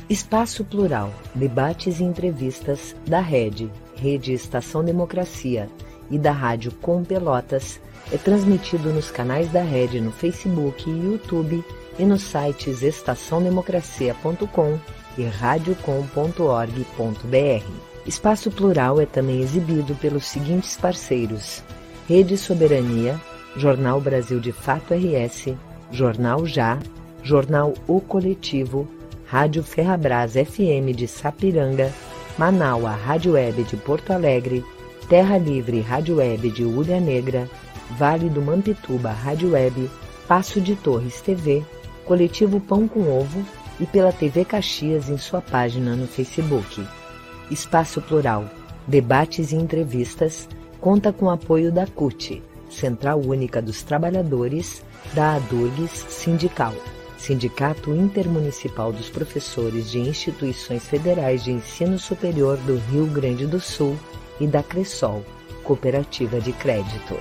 Espaço Plural, debates e entrevistas da Rede Estação Democracia e da Rádio Com Pelotas é transmitido nos canais da Rede no Facebook e YouTube e nos sites estaçãodemocracia.com e radiocom.org.br. Espaço Plural é também exibido pelos seguintes parceiros: Rede Soberania, Jornal Brasil de Fato RS, Jornal Já, Jornal O Coletivo, Rádio Ferrabras FM de Sapiranga, Manaua Rádio Web de Porto Alegre, Terra Livre Rádio Web de Ulha Negra, Vale do Mampituba Rádio Web, Passo de Torres TV, Coletivo Pão com Ovo e pela TV Caxias em sua página no Facebook. Espaço Plural, debates e entrevistas, conta com o apoio da CUT, Central Única dos Trabalhadores, da ADURGS Sindical, Sindicato Intermunicipal dos Professores de Instituições Federais de Ensino Superior do Rio Grande do Sul e da Cressol, Cooperativa de Crédito.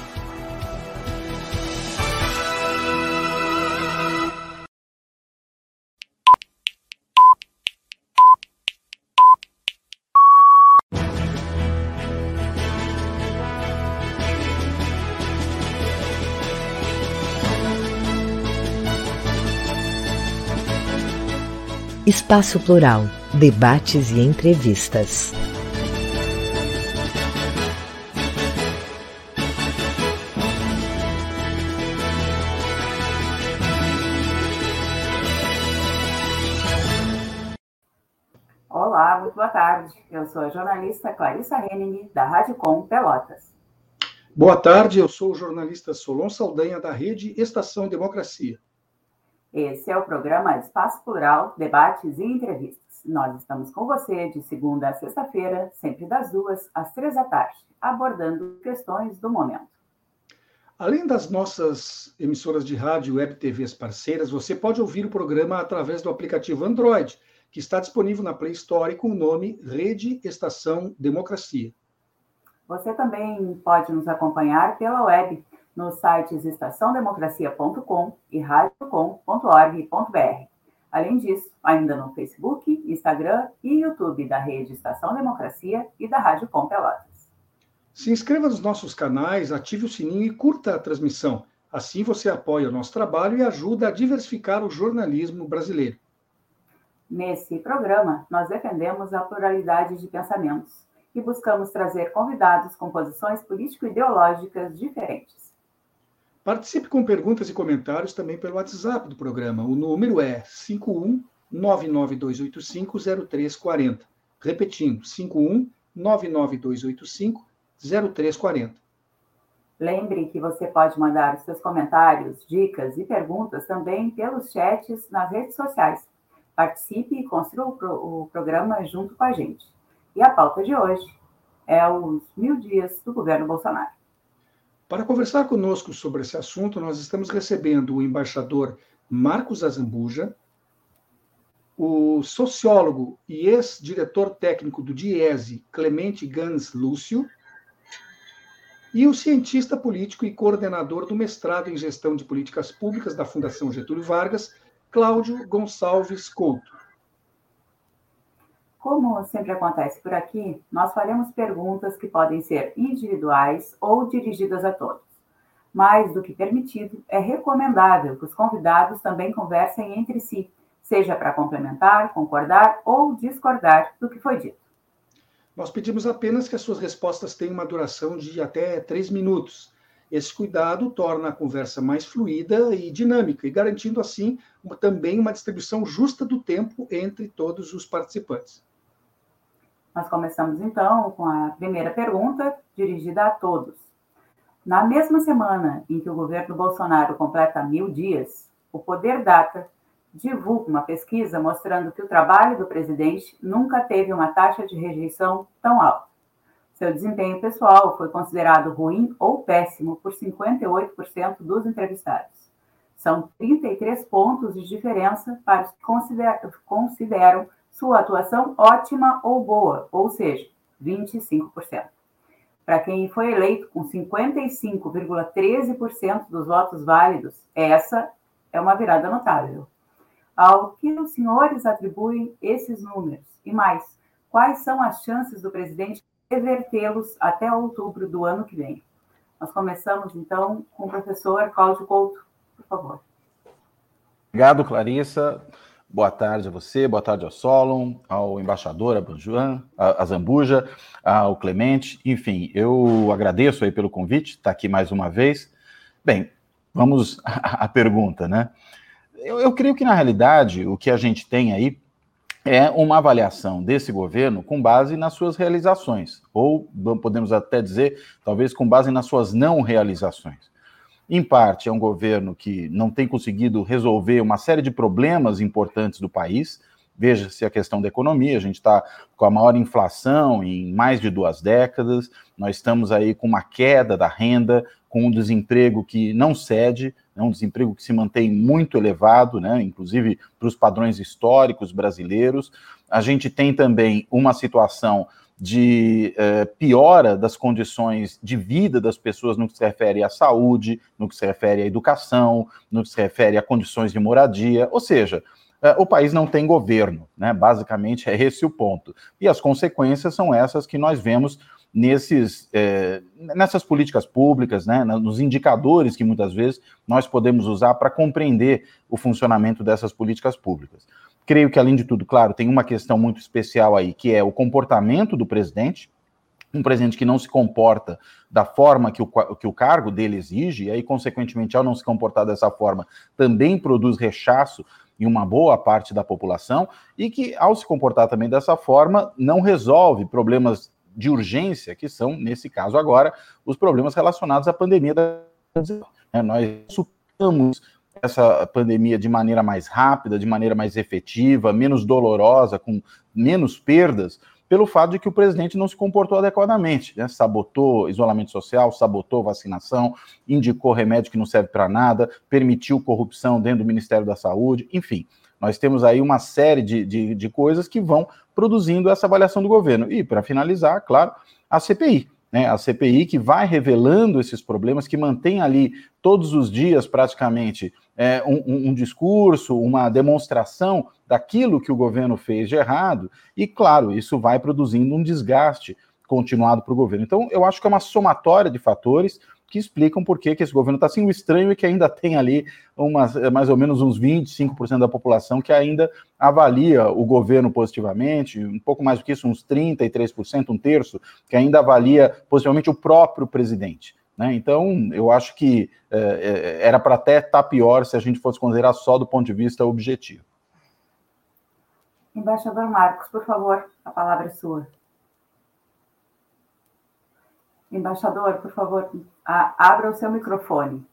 Espaço Plural, debates e entrevistas. Olá, muito boa tarde. Eu sou a jornalista Clarissa Henning, da Rádio Com Pelotas. Boa tarde, eu sou o jornalista Solon Saldanha, da Rede Estação Democracia. Esse é o programa Espaço Plural, debates e entrevistas. Nós estamos com você de segunda a sexta-feira, sempre das 2 às 3 da tarde, abordando questões do momento. Além das nossas emissoras de rádio e web TVs parceiras, você pode ouvir o programa através do aplicativo Android, que está disponível na Play Store com o nome Rede Estação Democracia. Você também pode nos acompanhar pela web, nos sites estaçãodemocracia.com e radiocom.org.br. Além disso, ainda no Facebook, Instagram e YouTube da Rede Estação Democracia e da Rádio Com Pelotas. Se inscreva nos nossos canais, ative o sininho e curta a transmissão. Assim você apoia o nosso trabalho e ajuda a diversificar o jornalismo brasileiro. Nesse programa, nós defendemos a pluralidade de pensamentos e buscamos trazer convidados com posições político-ideológicas diferentes. Participe com perguntas e comentários também pelo WhatsApp do programa. O número é 51-99285-0340. Repetindo, 51-99285-0340. Lembre que você pode mandar os seus comentários, dicas e perguntas também pelos chats nas redes sociais. Participe e construa o programa junto com a gente. E a pauta de hoje é os 1000 dias do governo Bolsonaro. Para conversar conosco sobre esse assunto, nós estamos recebendo o embaixador Marcos Azambuja, o sociólogo e ex-diretor técnico do DIESE, Clemente Gans Lúcio, e o cientista político e coordenador do mestrado em Gestão de Políticas Públicas da Fundação Getúlio Vargas, Cláudio Gonçalves Couto. Como sempre acontece por aqui, nós faremos perguntas que podem ser individuais ou dirigidas a todos. Mais do que permitido, é recomendável que os convidados também conversem entre si, seja para complementar, concordar ou discordar do que foi dito. Nós pedimos apenas que as suas respostas tenham uma duração de até 3 minutos. Esse cuidado torna a conversa mais fluida e dinâmica, e garantindo assim também uma distribuição justa do tempo entre todos os participantes. Nós começamos, então, com a primeira pergunta, dirigida a todos. Na mesma semana em que o governo Bolsonaro completa 1000 dias, o Poder Data divulga uma pesquisa mostrando que o trabalho do presidente nunca teve uma taxa de rejeição tão alta. Seu desempenho pessoal foi considerado ruim ou péssimo por 58% dos entrevistados. São 33 pontos de diferença para os que consideram sua atuação ótima ou boa, ou seja, 25%. Para quem foi eleito com 55,13% dos votos válidos, essa é uma virada notável. Ao que os senhores atribuem esses números? E mais, quais são as chances do presidente revertê-los até outubro do ano que vem? Nós começamos, então, com o professor Cláudio Couto, por favor. Obrigado, Clarissa. Boa tarde a você, boa tarde ao Solon, ao embaixador Azambuja, ao Clemente. Enfim, eu agradeço aí pelo convite, estar aqui mais uma vez. Bem, vamos à pergunta, né? Eu creio que, na realidade, o que a gente tem aí é uma avaliação desse governo com base nas suas realizações, ou podemos até dizer, talvez com base nas suas não realizações. Em parte, é um governo que não tem conseguido resolver uma série de problemas importantes do país. Veja-se a questão da economia, a gente está com a maior inflação em mais de 2 décadas, nós estamos aí com uma queda da renda, com um desemprego que não cede, um desemprego que se mantém muito elevado, né, inclusive para os padrões históricos brasileiros. A gente tem também uma situação de piora das condições de vida das pessoas no que se refere à saúde, no que se refere à educação, no que se refere a condições de moradia, ou seja, o país não tem governo, né? Basicamente é esse o ponto. E as consequências são essas que nós vemos nessas políticas públicas, né? Nos indicadores que muitas vezes nós podemos usar para compreender o funcionamento dessas políticas públicas. Creio que, além de tudo, claro, tem uma questão muito especial aí, que é o comportamento do presidente, um presidente que não se comporta da forma que o cargo dele exige, e aí, consequentemente, ao não se comportar dessa forma, também produz rechaço em uma boa parte da população, e que, ao se comportar também dessa forma, não resolve problemas de urgência, que são, nesse caso agora, os problemas relacionados à pandemia da Covid-19. Nós superamos essa pandemia de maneira mais rápida, de maneira mais efetiva, menos dolorosa, com menos perdas, pelo fato de que o presidente não se comportou adequadamente, né? Sabotou isolamento social, sabotou vacinação, indicou remédio que não serve para nada, permitiu corrupção dentro do Ministério da Saúde, enfim. Nós temos aí uma série de coisas que vão produzindo essa avaliação do governo. E, para finalizar, claro, a CPI. A CPI que vai revelando esses problemas, que mantém ali todos os dias praticamente um discurso, uma demonstração daquilo que o governo fez de errado, e claro, isso vai produzindo um desgaste continuado para o governo. Então, eu acho que é uma somatória de fatores que explicam por que esse governo está assim. O estranho é que ainda tem ali mais ou menos uns 25% da população que ainda avalia o governo positivamente, um pouco mais do que isso, uns 33%, um terço, que ainda avalia positivamente o próprio presidente, né? Então, eu acho que era para até estar pior se a gente fosse considerar só do ponto de vista objetivo. Embaixador Marcos, por favor, a palavra é sua. Embaixador, por favor, abra o seu microfone.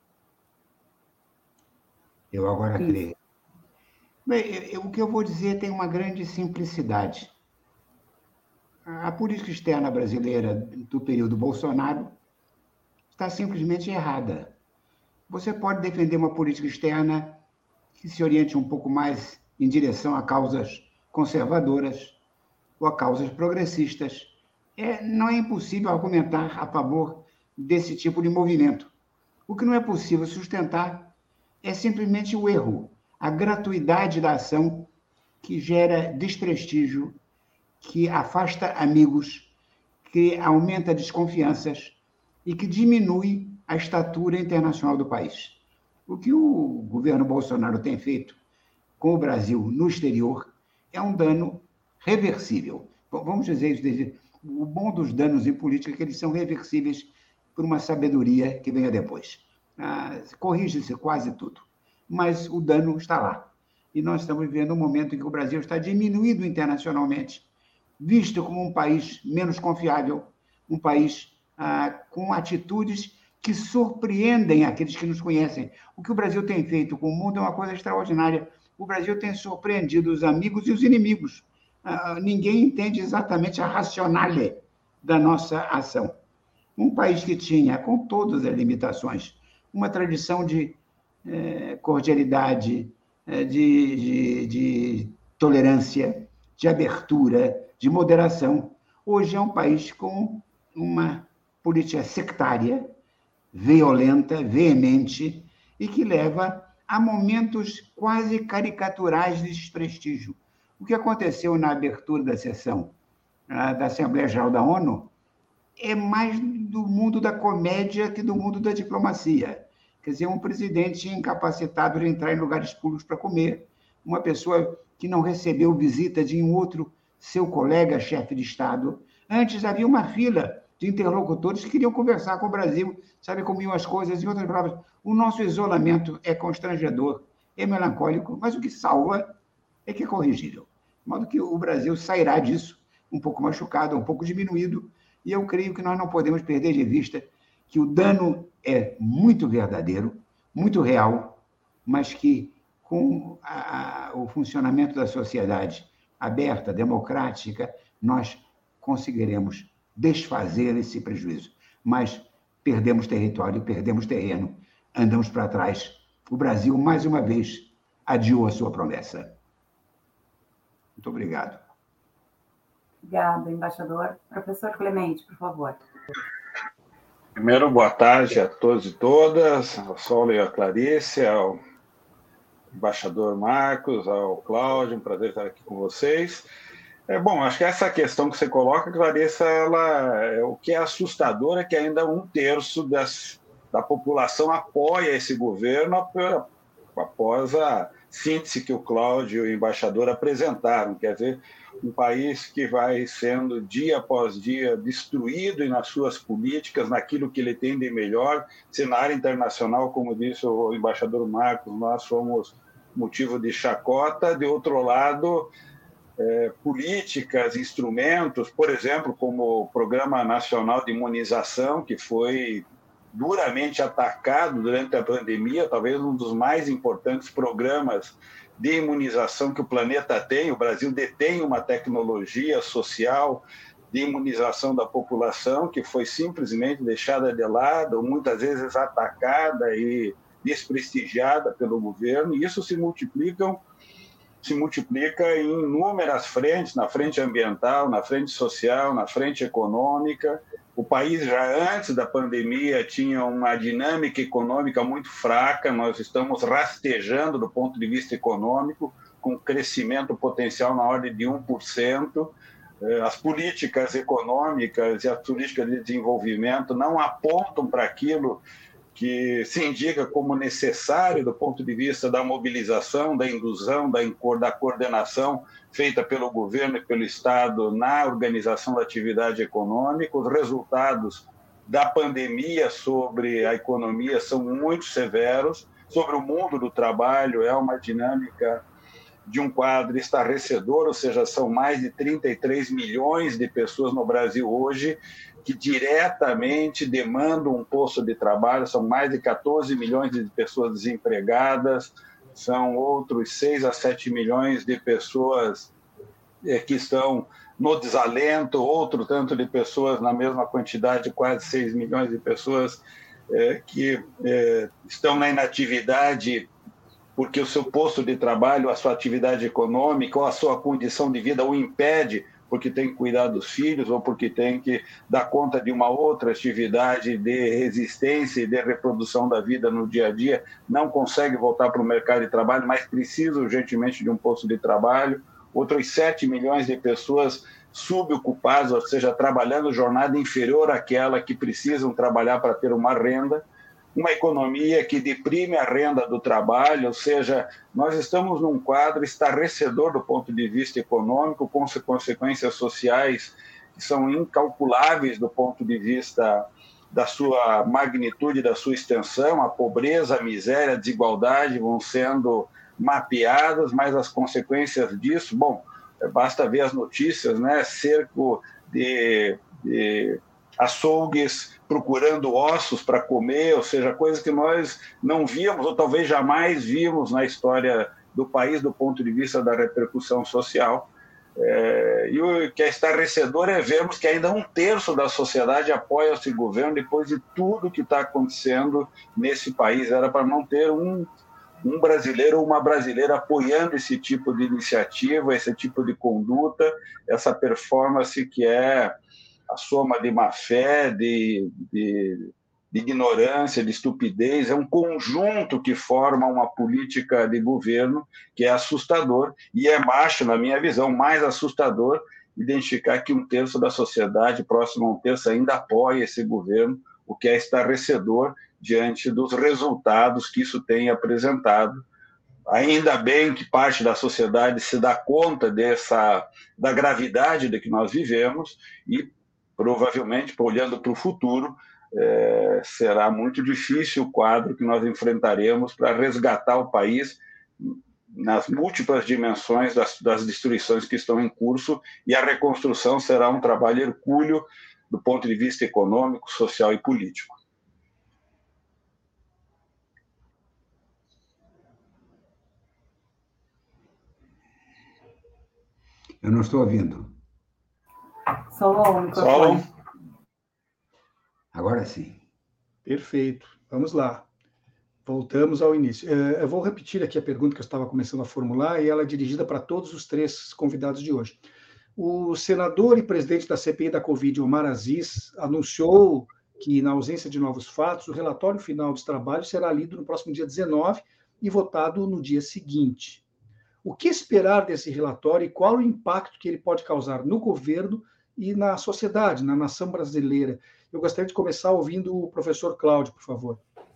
Eu agora creio. Bem, o que eu vou dizer tem uma grande simplicidade. A política externa brasileira do período Bolsonaro está simplesmente errada. Você pode defender uma política externa que se oriente um pouco mais em direção a causas conservadoras ou a causas progressistas. Não é impossível argumentar a favor desse tipo de movimento. O que não é possível sustentar é simplesmente o erro, a gratuidade da ação que gera desprestígio, que afasta amigos, que aumenta desconfianças e que diminui a estatura internacional do país. O que o governo Bolsonaro tem feito com o Brasil no exterior é um dano reversível. Vamos dizer isso. O bom dos danos em política é que eles são reversíveis por uma sabedoria que venha depois. Corrige-se quase tudo, mas o dano está lá. E nós estamos vivendo um momento em que o Brasil está diminuído internacionalmente, visto como um país menos confiável, um país com atitudes que surpreendem aqueles que nos conhecem. O que o Brasil tem feito com o mundo é uma coisa extraordinária. O Brasil tem surpreendido os amigos e os inimigos. Ninguém entende exatamente a racionale da nossa ação. Um país que tinha, com todas as limitações, uma tradição de cordialidade, de tolerância, de abertura, de moderação. Hoje é um país com uma política sectária, violenta, veemente, e que leva há momentos quase caricaturais de desprestígio. O que aconteceu na abertura da sessão da Assembleia Geral da ONU é mais do mundo da comédia que do mundo da diplomacia. Quer dizer, um presidente incapacitado de entrar em lugares públicos para comer, uma pessoa que não recebeu visita de um outro seu colega chefe de Estado. Antes havia uma fila de interlocutores que queriam conversar com o Brasil, sabe como iam as coisas, em outras palavras. O nosso isolamento é constrangedor, é melancólico, mas o que salva é que é corrigível. De modo que o Brasil sairá disso um pouco machucado, um pouco diminuído, e eu creio que nós não podemos perder de vista que o dano é muito verdadeiro, muito real, mas que com o funcionamento da sociedade aberta, democrática, nós conseguiremos desfazer esse prejuízo. Mas perdemos território, perdemos terreno, andamos para trás. O Brasil, mais uma vez, adiou a sua promessa. Muito obrigado. Obrigada, embaixador. Professor Clemente, por favor. Primeiro, boa tarde a todos e todas, ao Saulo e à Clarice, ao embaixador Marcos, ao Cláudio, um prazer estar aqui com vocês. Bom, acho que essa questão que você coloca, Clarissa, o que é assustador é que ainda 1/3 da população apoia esse governo após a síntese que o Cláudio e o embaixador apresentaram. Quer dizer, um país que vai sendo dia após dia destruído nas suas políticas, naquilo que ele tem de melhor. Se na área internacional, como disse o embaixador Marcos, nós somos motivo de chacota, de outro lado, políticas, instrumentos, por exemplo, como o Programa Nacional de Imunização, que foi duramente atacado durante a pandemia, talvez um dos mais importantes programas de imunização que o planeta tem. O Brasil detém uma tecnologia social de imunização da população que foi simplesmente deixada de lado, muitas vezes atacada e desprestigiada pelo governo, e isso se multiplica em inúmeras frentes, na frente ambiental, na frente social, na frente econômica. O país, já antes da pandemia, tinha uma dinâmica econômica muito fraca, nós estamos rastejando do ponto de vista econômico, com crescimento potencial na ordem de 1%. As políticas econômicas e as políticas de desenvolvimento não apontam para aquilo que se indica como necessário do ponto de vista da mobilização, da indução, da coordenação feita pelo governo e pelo Estado na organização da atividade econômica. Os resultados da pandemia sobre a economia são muito severos. Sobre o mundo do trabalho, é uma dinâmica de um quadro estarrecedor, ou seja, são mais de 33 milhões de pessoas no Brasil hoje que diretamente demandam um posto de trabalho, são mais de 14 milhões de pessoas desempregadas, são outros 6 a 7 milhões de pessoas que estão no desalento, outro tanto de pessoas na mesma quantidade, quase 6 milhões de pessoas que estão na inatividade porque o seu posto de trabalho, a sua atividade econômica ou a sua condição de vida o impede, porque tem que cuidar dos filhos ou porque tem que dar conta de uma outra atividade de resistência e de reprodução da vida no dia a dia, não consegue voltar para o mercado de trabalho, mas precisa urgentemente de um posto de trabalho. Outros 7 milhões de pessoas subocupadas, ou seja, trabalhando jornada inferior àquela que precisam trabalhar para ter uma renda. Uma economia que deprime a renda do trabalho, ou seja, nós estamos num quadro estarrecedor do ponto de vista econômico, com consequências sociais que são incalculáveis do ponto de vista da sua magnitude, da sua extensão. A pobreza, a miséria, a desigualdade vão sendo mapeadas, mas as consequências disso, bom, basta ver as notícias, né? Cerco de açougues procurando ossos para comer, ou seja, coisas que nós não víamos ou talvez jamais vimos na história do país do ponto de vista da repercussão social. E o que é estarrecedor é vermos que ainda 1/3 da sociedade apoia esse governo depois de tudo que está acontecendo nesse país. Era para não ter um brasileiro ou uma brasileira apoiando esse tipo de iniciativa, esse tipo de conduta, essa performance que é a soma de má fé, de de ignorância, de estupidez, é um conjunto que forma uma política de governo que é assustador, e é, na minha visão, mais assustador identificar que 1/3 da sociedade, próximo a 1/3, ainda apoia esse governo, o que é estarrecedor diante dos resultados que isso tem apresentado. Ainda bem que parte da sociedade se dá conta da gravidade de que nós vivemos e, provavelmente, olhando para o futuro, será muito difícil o quadro que nós enfrentaremos para resgatar o país nas múltiplas dimensões das destruições que estão em curso, e a reconstrução será um trabalho hercúleo do ponto de vista econômico, social e político. Eu não estou ouvindo. Solon, o microfone. Agora sim. Perfeito. Vamos lá. Voltamos ao início. Eu vou repetir aqui a pergunta que eu estava começando a formular, e ela é dirigida para todos os 3 convidados de hoje. O senador e presidente da CPI da Covid, Omar Aziz, anunciou que, na ausência de novos fatos, o relatório final dos trabalhos será lido no próximo dia 19 e votado no dia seguinte. O que esperar desse relatório e qual o impacto que ele pode causar no governo e na sociedade, na nação brasileira? Eu gostaria de começar ouvindo o professor Cláudio, por favor.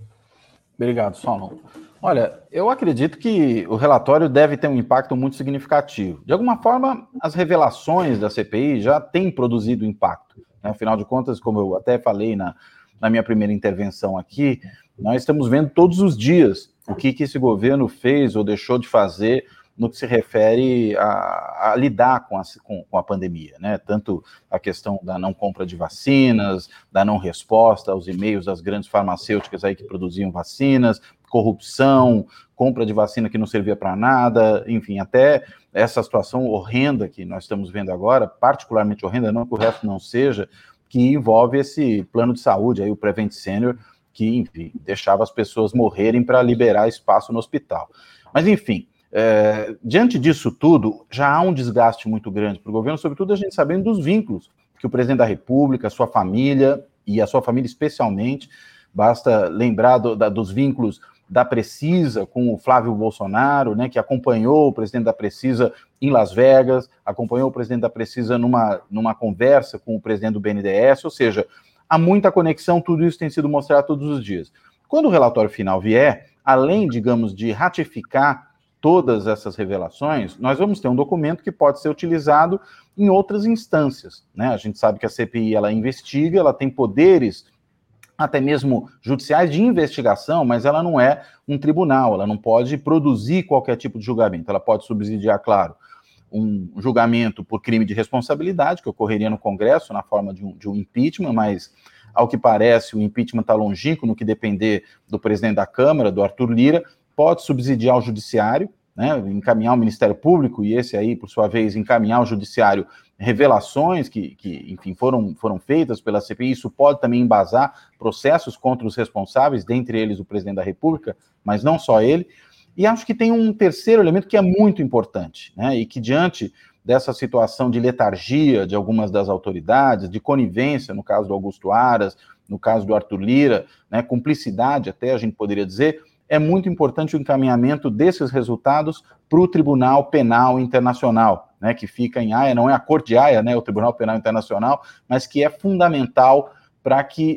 Obrigado, Solon. Olha, eu acredito que o relatório deve ter um impacto muito significativo. De alguma forma, as revelações da CPI já têm produzido impacto, né? Afinal de contas, como eu até falei na minha primeira intervenção aqui, nós estamos vendo todos os dias o que esse governo fez ou deixou de fazer no que se refere a lidar com a pandemia, né? Tanto a questão da não compra de vacinas, da não resposta aos e-mails das grandes farmacêuticas aí que produziam vacinas, corrupção, compra de vacina que não servia para nada, enfim, até essa situação horrenda que nós estamos vendo agora, particularmente horrenda, não que o resto não seja, que envolve esse plano de saúde, aí o Prevent Senior, que, enfim, deixava as pessoas morrerem para liberar espaço no hospital. Mas, enfim, diante disso tudo, já há um desgaste muito grande para o governo, sobretudo a gente sabendo dos vínculos que o presidente da República, a sua família, e a sua família especialmente, basta lembrar dos vínculos da Precisa com o Flávio Bolsonaro, né, que acompanhou o presidente da Precisa em Las Vegas, acompanhou o presidente da Precisa numa conversa com o presidente do BNDES, ou seja, há muita conexão, tudo isso tem sido mostrado todos os dias. Quando o relatório final vier, além, digamos, de ratificar todas essas revelações, nós vamos ter um documento que pode ser utilizado em outras instâncias, né? A gente sabe que a CPI, ela investiga, ela tem poderes até mesmo judiciais de investigação, mas ela não é um tribunal, ela não pode produzir qualquer tipo de julgamento, ela pode subsidiar, claro, um julgamento por crime de responsabilidade, que ocorreria no Congresso, na forma de um impeachment, mas, ao que parece, o impeachment está longínquo no que depender do presidente da Câmara, do Arthur Lira, pode subsidiar o judiciário, né, encaminhar o Ministério Público, e esse aí, por sua vez, encaminhar ao judiciário revelações que enfim, foram feitas pela CPI. Isso pode também embasar processos contra os responsáveis, dentre eles o presidente da República, mas não só ele. E acho que tem um terceiro elemento que é muito importante, né, e que, diante dessa situação de letargia de algumas das autoridades, de conivência, no caso do Augusto Aras, no caso do Arthur Lira, né, cumplicidade até, a gente poderia dizer, é muito importante o encaminhamento desses resultados para o Tribunal Penal Internacional, né, que fica em Haia, não é a Corte de Haia, né, o Tribunal Penal Internacional, mas que é fundamental para que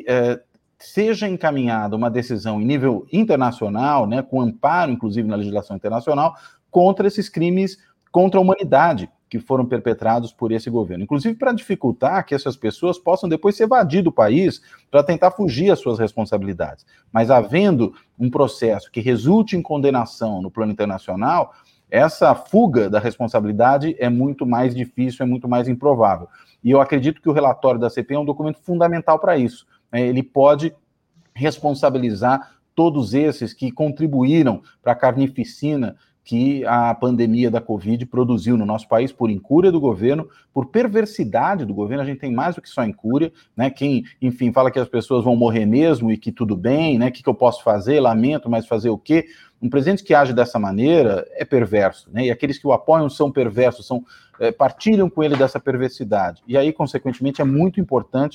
seja encaminhada uma decisão em nível internacional, né, com amparo, inclusive, na legislação internacional, contra esses crimes contra a humanidade que foram perpetrados por esse governo, inclusive para dificultar que essas pessoas possam depois se evadir do país para tentar fugir às suas responsabilidades. Mas havendo um processo que resulte em condenação no plano internacional, essa fuga da responsabilidade é muito mais difícil, é muito mais improvável. E eu acredito que o relatório da CPI é um documento fundamental para isso, né? Ele pode responsabilizar todos esses que contribuíram para a carnificina que a pandemia da Covid produziu no nosso país, por incúria do governo, por perversidade do governo. A gente tem mais do que só incúria, né? Quem, enfim, fala que as pessoas vão morrer mesmo e que tudo bem, né? O que eu posso fazer? Lamento, mas fazer o quê? Um presidente que age dessa maneira é perverso, né? E aqueles que o apoiam são perversos, partilham com ele dessa perversidade. E aí, consequentemente, é muito importante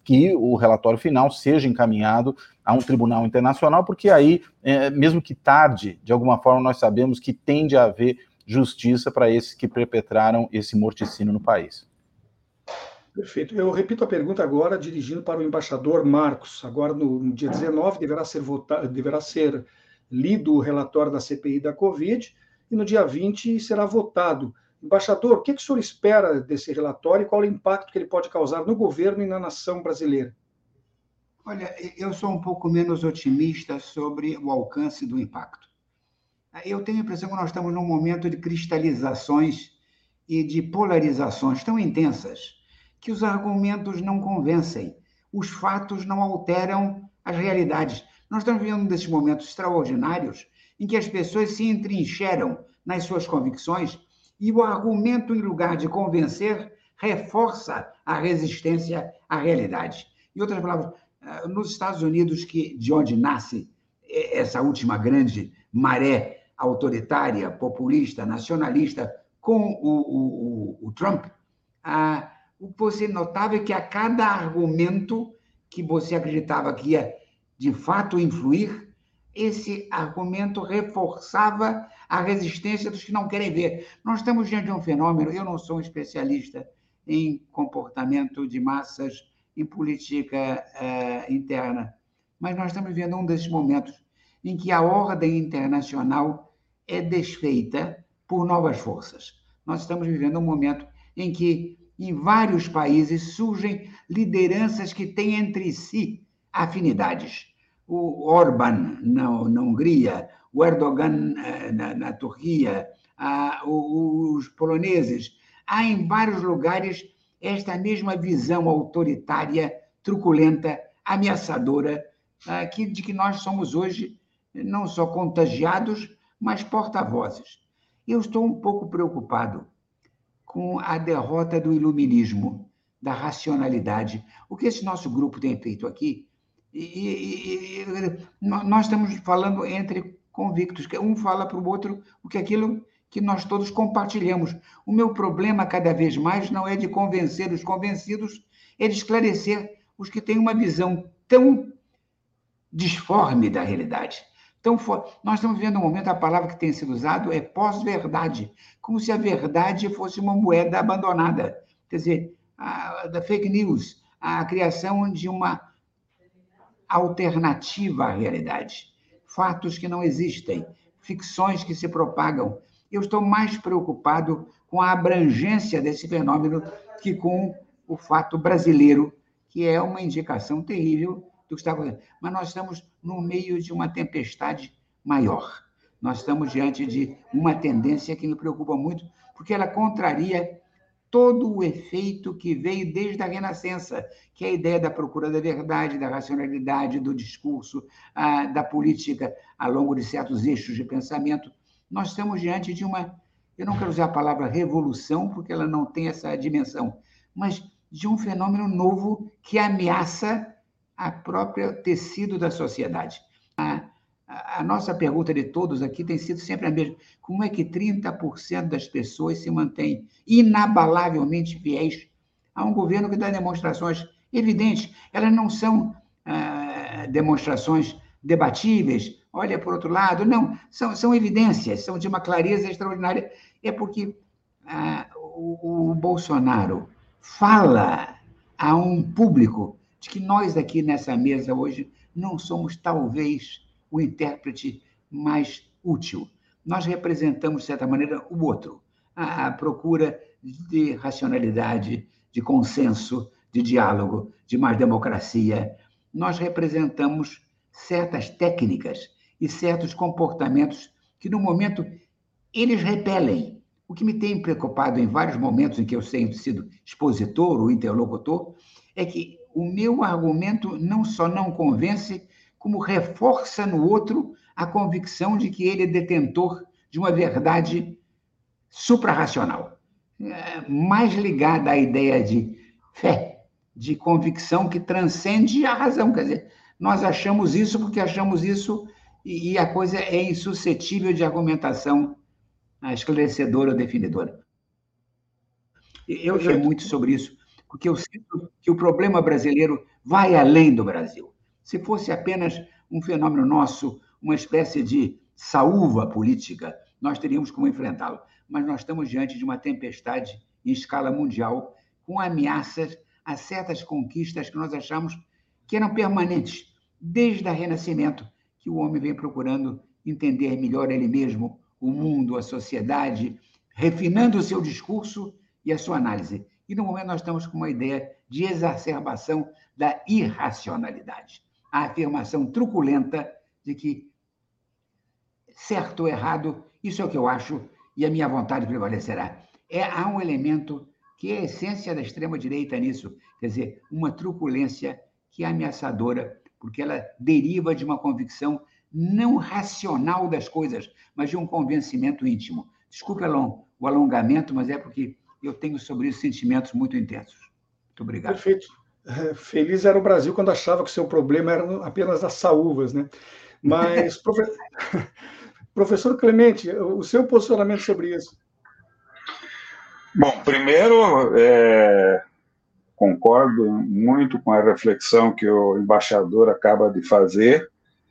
que o relatório final seja encaminhado a um tribunal internacional, porque aí, mesmo que tarde, de alguma forma nós sabemos que tende a haver justiça para esses que perpetraram esse morticínio no país. Perfeito. Eu repito a pergunta agora, dirigindo para o embaixador Marcos. Agora, no dia 19, deverá ser lido o relatório da CPI da Covid, e no dia 20 será votado. Embaixador, o que o senhor espera desse relatório e qual é o impacto que ele pode causar no governo e na nação brasileira? Olha, eu sou um pouco menos otimista sobre o alcance do impacto. Eu tenho a impressão que nós estamos num momento de cristalizações e de polarizações tão intensas que os argumentos não convencem, os fatos não alteram as realidades. Nós estamos vivendo desses momentos extraordinários em que as pessoas se entrincheiram nas suas convicções e o argumento, em lugar de convencer, reforça a resistência à realidade. Em outras palavras, nos Estados Unidos, de onde nasce essa última grande maré autoritária, populista, nacionalista, com o Trump, o que você notava é que a cada argumento que você acreditava que ia, de fato, influir, esse argumento reforçava a resistência dos que não querem ver. Nós estamos diante de um fenômeno, eu não sou um especialista em comportamento de massas, em política interna, mas nós estamos vivendo um desses momentos em que a ordem internacional é desfeita por novas forças. Nós estamos vivendo um momento em que, em vários países, surgem lideranças que têm entre si afinidades. O Orbán na Hungria, o Erdogan na Turquia, os poloneses. Há em vários lugares esta mesma visão autoritária, truculenta, ameaçadora, de que nós somos hoje não só contagiados, mas porta-vozes. Eu estou um pouco preocupado com a derrota do iluminismo, da racionalidade. O que esse nosso grupo tem feito aqui, nós estamos falando entre convictos, que um fala para o outro o que aquilo que nós todos compartilhamos. O meu problema, cada vez mais, não é de convencer os convencidos, é de esclarecer os que têm uma visão tão disforme da realidade. Então, nós estamos vivendo um momento, a palavra que tem sido usada é pós-verdade, como se a verdade fosse uma moeda abandonada. Quer dizer, da fake news, a criação de uma alternativa à realidade. Fatos que não existem, ficções que se propagam. Eu estou mais preocupado com a abrangência desse fenômeno que com o fato brasileiro, que é uma indicação terrível do que está acontecendo. Mas nós estamos no meio de uma tempestade maior. Nós estamos diante de uma tendência que me preocupa muito, porque ela contraria todo o efeito que veio desde a Renascença, que é a ideia da procura da verdade, da racionalidade, do discurso, da política ao longo de certos eixos de pensamento. Nós estamos diante de uma, eu não quero usar a palavra revolução, porque ela não tem essa dimensão, mas de um fenômeno novo que ameaça a própria tecido da sociedade. A nossa pergunta de todos aqui tem sido sempre a mesma. Como é que 30% das pessoas se mantêm inabalavelmente fiéis a um governo que dá demonstrações evidentes? Elas não são demonstrações debatíveis, olha por outro lado, não, são evidências, são de uma clareza extraordinária. É porque o Bolsonaro fala a um público de que nós aqui nessa mesa hoje não somos, talvez, o intérprete mais útil. Nós representamos, de certa maneira, o outro, a procura de racionalidade, de consenso, de diálogo, de mais democracia. Nós representamos certas técnicas e certos comportamentos que, no momento, eles repelem. O que me tem preocupado em vários momentos em que eu tenho sido expositor ou interlocutor é que o meu argumento não só não convence, como reforça no outro a convicção de que ele é detentor de uma verdade suprarracional, mais ligada à ideia de fé, de convicção que transcende a razão. Quer dizer, nós achamos isso porque achamos isso e a coisa é insuscetível de argumentação esclarecedora ou definidora. Eu sei muito sobre isso, porque eu sinto que o problema brasileiro vai além do Brasil. Se fosse apenas um fenômeno nosso, uma espécie de saúva política, nós teríamos como enfrentá-lo. Mas nós estamos diante de uma tempestade em escala mundial, com ameaças a certas conquistas que nós achamos que eram permanentes, desde o Renascimento, que o homem vem procurando entender melhor ele mesmo, o mundo, a sociedade, refinando o seu discurso e a sua análise. E, no momento, nós estamos com uma ideia de exacerbação da irracionalidade. A afirmação truculenta de que certo ou errado, isso é o que eu acho e a minha vontade prevalecerá. Há um elemento que é a essência da extrema-direita nisso, quer dizer, uma truculência que é ameaçadora, porque ela deriva de uma convicção não racional das coisas, mas de um convencimento íntimo. Desculpe o alongamento, mas é porque eu tenho sobre isso sentimentos muito intensos. Muito obrigado. Perfeito. Feliz era o Brasil quando achava que o seu problema era apenas as saúvas, né? Mas, professor Clemente, o seu posicionamento sobre isso? Bom, primeiro, concordo muito com a reflexão que o embaixador acaba de fazer.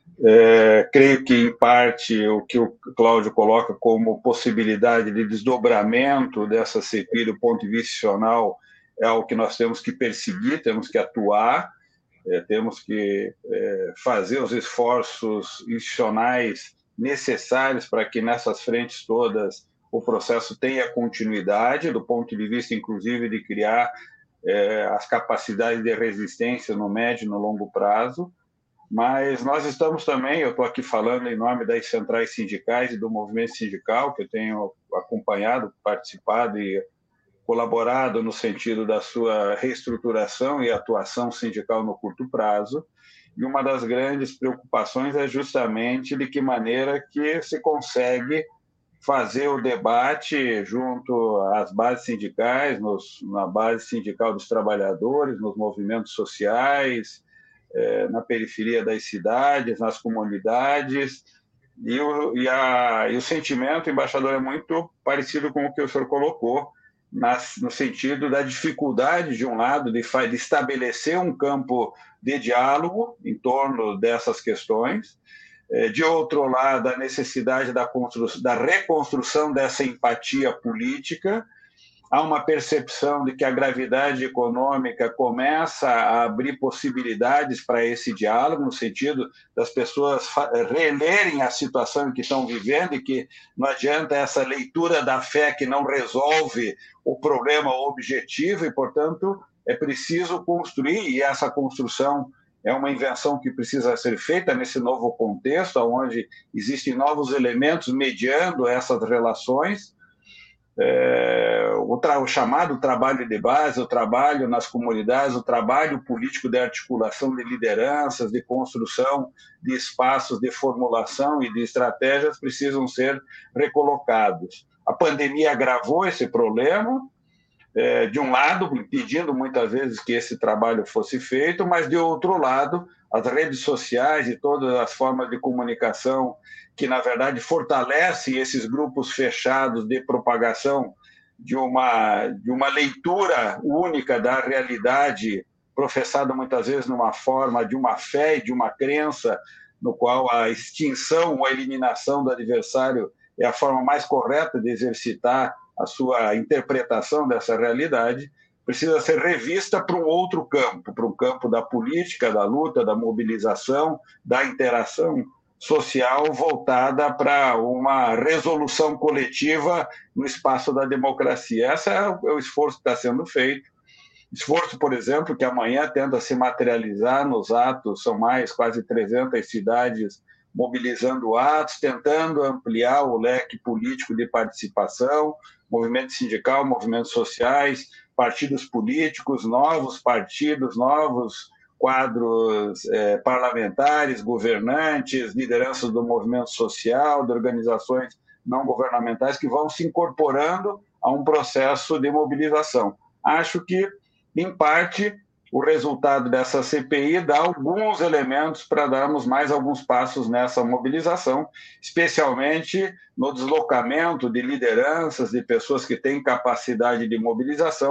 Creio que, em parte, o que o Cláudio coloca como possibilidade de desdobramento dessa CPI do ponto de vista institucional é algo que nós temos que perseguir, temos que atuar, temos que fazer os esforços institucionais necessários para que nessas frentes todas o processo tenha continuidade, do ponto de vista, inclusive, de criar as capacidades de resistência no médio e no longo prazo. Mas nós estamos também, eu estou aqui falando em nome das centrais sindicais e do movimento sindical, que eu tenho acompanhado, participado e colaborado no sentido da sua reestruturação e atuação sindical no curto prazo. E uma das grandes preocupações é justamente de que maneira que se consegue fazer o debate junto às bases sindicais, na base sindical dos trabalhadores, nos movimentos sociais, na periferia das cidades, nas comunidades, e o sentimento, embaixador, é muito parecido com o que o senhor colocou, no sentido da dificuldade, de um lado, de estabelecer um campo de diálogo em torno dessas questões, de outro lado, a necessidade da reconstrução dessa empatia política. Há uma percepção de que a gravidade econômica começa a abrir possibilidades para esse diálogo, no sentido das pessoas relerem a situação em que estão vivendo e que não adianta essa leitura da fé que não resolve o problema objetivo e, portanto, é preciso construir, e essa construção é uma invenção que precisa ser feita nesse novo contexto, onde existem novos elementos mediando essas relações. O chamado trabalho de base, o trabalho nas comunidades, o trabalho político de articulação de lideranças, de construção de espaços de formulação e de estratégias precisam ser recolocados. A pandemia agravou esse problema, de um lado, impedindo muitas vezes que esse trabalho fosse feito, mas, de outro lado, as redes sociais e todas as formas de comunicação que, na verdade, fortalecem esses grupos fechados de propagação de uma leitura única da realidade, professada muitas vezes numa forma de uma fé e de uma crença, no qual a extinção ou a eliminação do adversário é a forma mais correta de exercitar a sua interpretação dessa realidade, precisa ser revista para um outro campo, para um campo da política, da luta, da mobilização, da interação social voltada para uma resolução coletiva no espaço da democracia. Esse é o esforço que está sendo feito. Esforço, por exemplo, que amanhã tenta se materializar nos atos, são mais quase 300 cidades mobilizando atos, tentando ampliar o leque político de participação, movimento sindical, movimentos sociais, partidos políticos, novos partidos, novos quadros parlamentares, governantes, lideranças do movimento social, de organizações não governamentais que vão se incorporando a um processo de mobilização. Acho que, em parte, o resultado dessa CPI dá alguns elementos para darmos mais alguns passos nessa mobilização, especialmente no deslocamento de lideranças, de pessoas que têm capacidade de mobilização,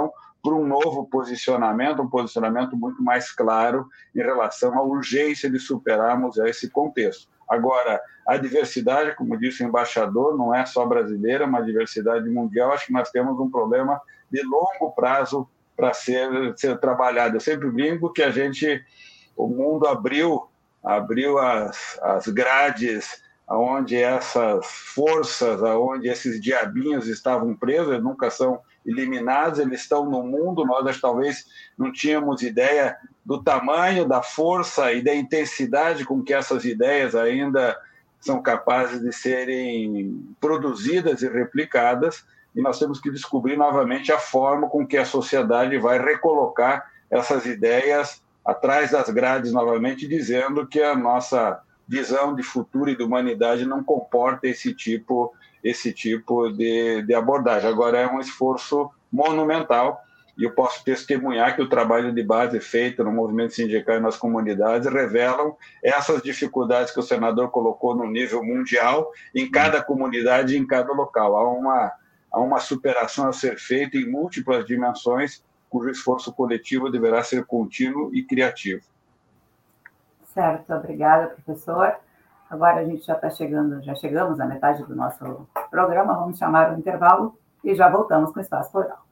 por um novo posicionamento, um posicionamento muito mais claro em relação à urgência de superarmos esse contexto. Agora, a diversidade, como disse o embaixador, não é só brasileira, é uma diversidade mundial. Acho que nós temos um problema de longo prazo para ser trabalhado. Eu sempre brinco que o mundo abriu as grades onde essas forças, onde esses diabinhos estavam presos, eles nunca são eliminados, eles estão no mundo. Nós talvez não tínhamos ideia do tamanho, da força e da intensidade com que essas ideias ainda são capazes de serem produzidas e replicadas, e nós temos que descobrir novamente a forma com que a sociedade vai recolocar essas ideias atrás das grades novamente, dizendo que a nossa visão de futuro e de humanidade não comporta esse tipo de abordagem. Agora, é um esforço monumental, e eu posso testemunhar que o trabalho de base feito no movimento sindical e nas comunidades revelam essas dificuldades que o senador colocou no nível mundial, em cada comunidade e em cada local. Há uma superação a ser feita em múltiplas dimensões, cujo esforço coletivo deverá ser contínuo e criativo. Certo, obrigada, professor. Agora a gente já chegamos à metade do nosso programa, vamos chamar o intervalo e já voltamos com o Espaço Plural.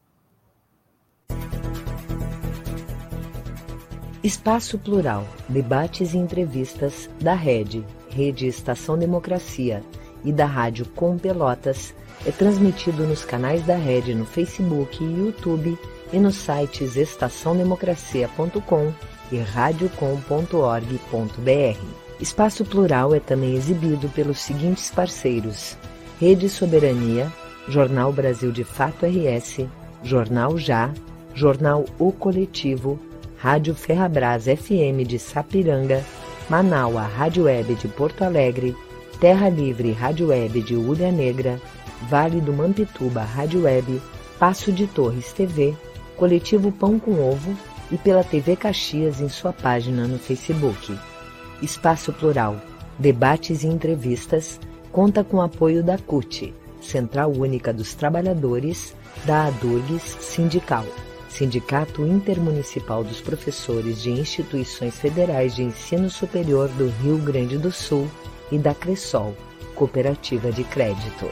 Espaço Plural, debates e entrevistas da Rede Estação Democracia e da Rádio Com Pelotas, é transmitido nos canais da Rede no Facebook e YouTube e nos sites estaçãodemocracia.com e radiocom.org.br. Espaço Plural é também exibido pelos seguintes parceiros: Rede Soberania, Jornal Brasil de Fato RS, Jornal Já, Jornal O Coletivo, Rádio Ferrabras FM de Sapiranga, Manaua Rádio Web de Porto Alegre, Terra Livre Rádio Web de Ulha Negra, Vale do Mampituba Rádio Web, Passo de Torres TV, Coletivo Pão com Ovo e pela TV Caxias em sua página no Facebook. Espaço Plural, debates e entrevistas, conta com o apoio da CUT, Central Única dos Trabalhadores, da ADURGS Sindical, Sindicato Intermunicipal dos Professores de Instituições Federais de Ensino Superior do Rio Grande do Sul e da Cressol, Cooperativa de Crédito.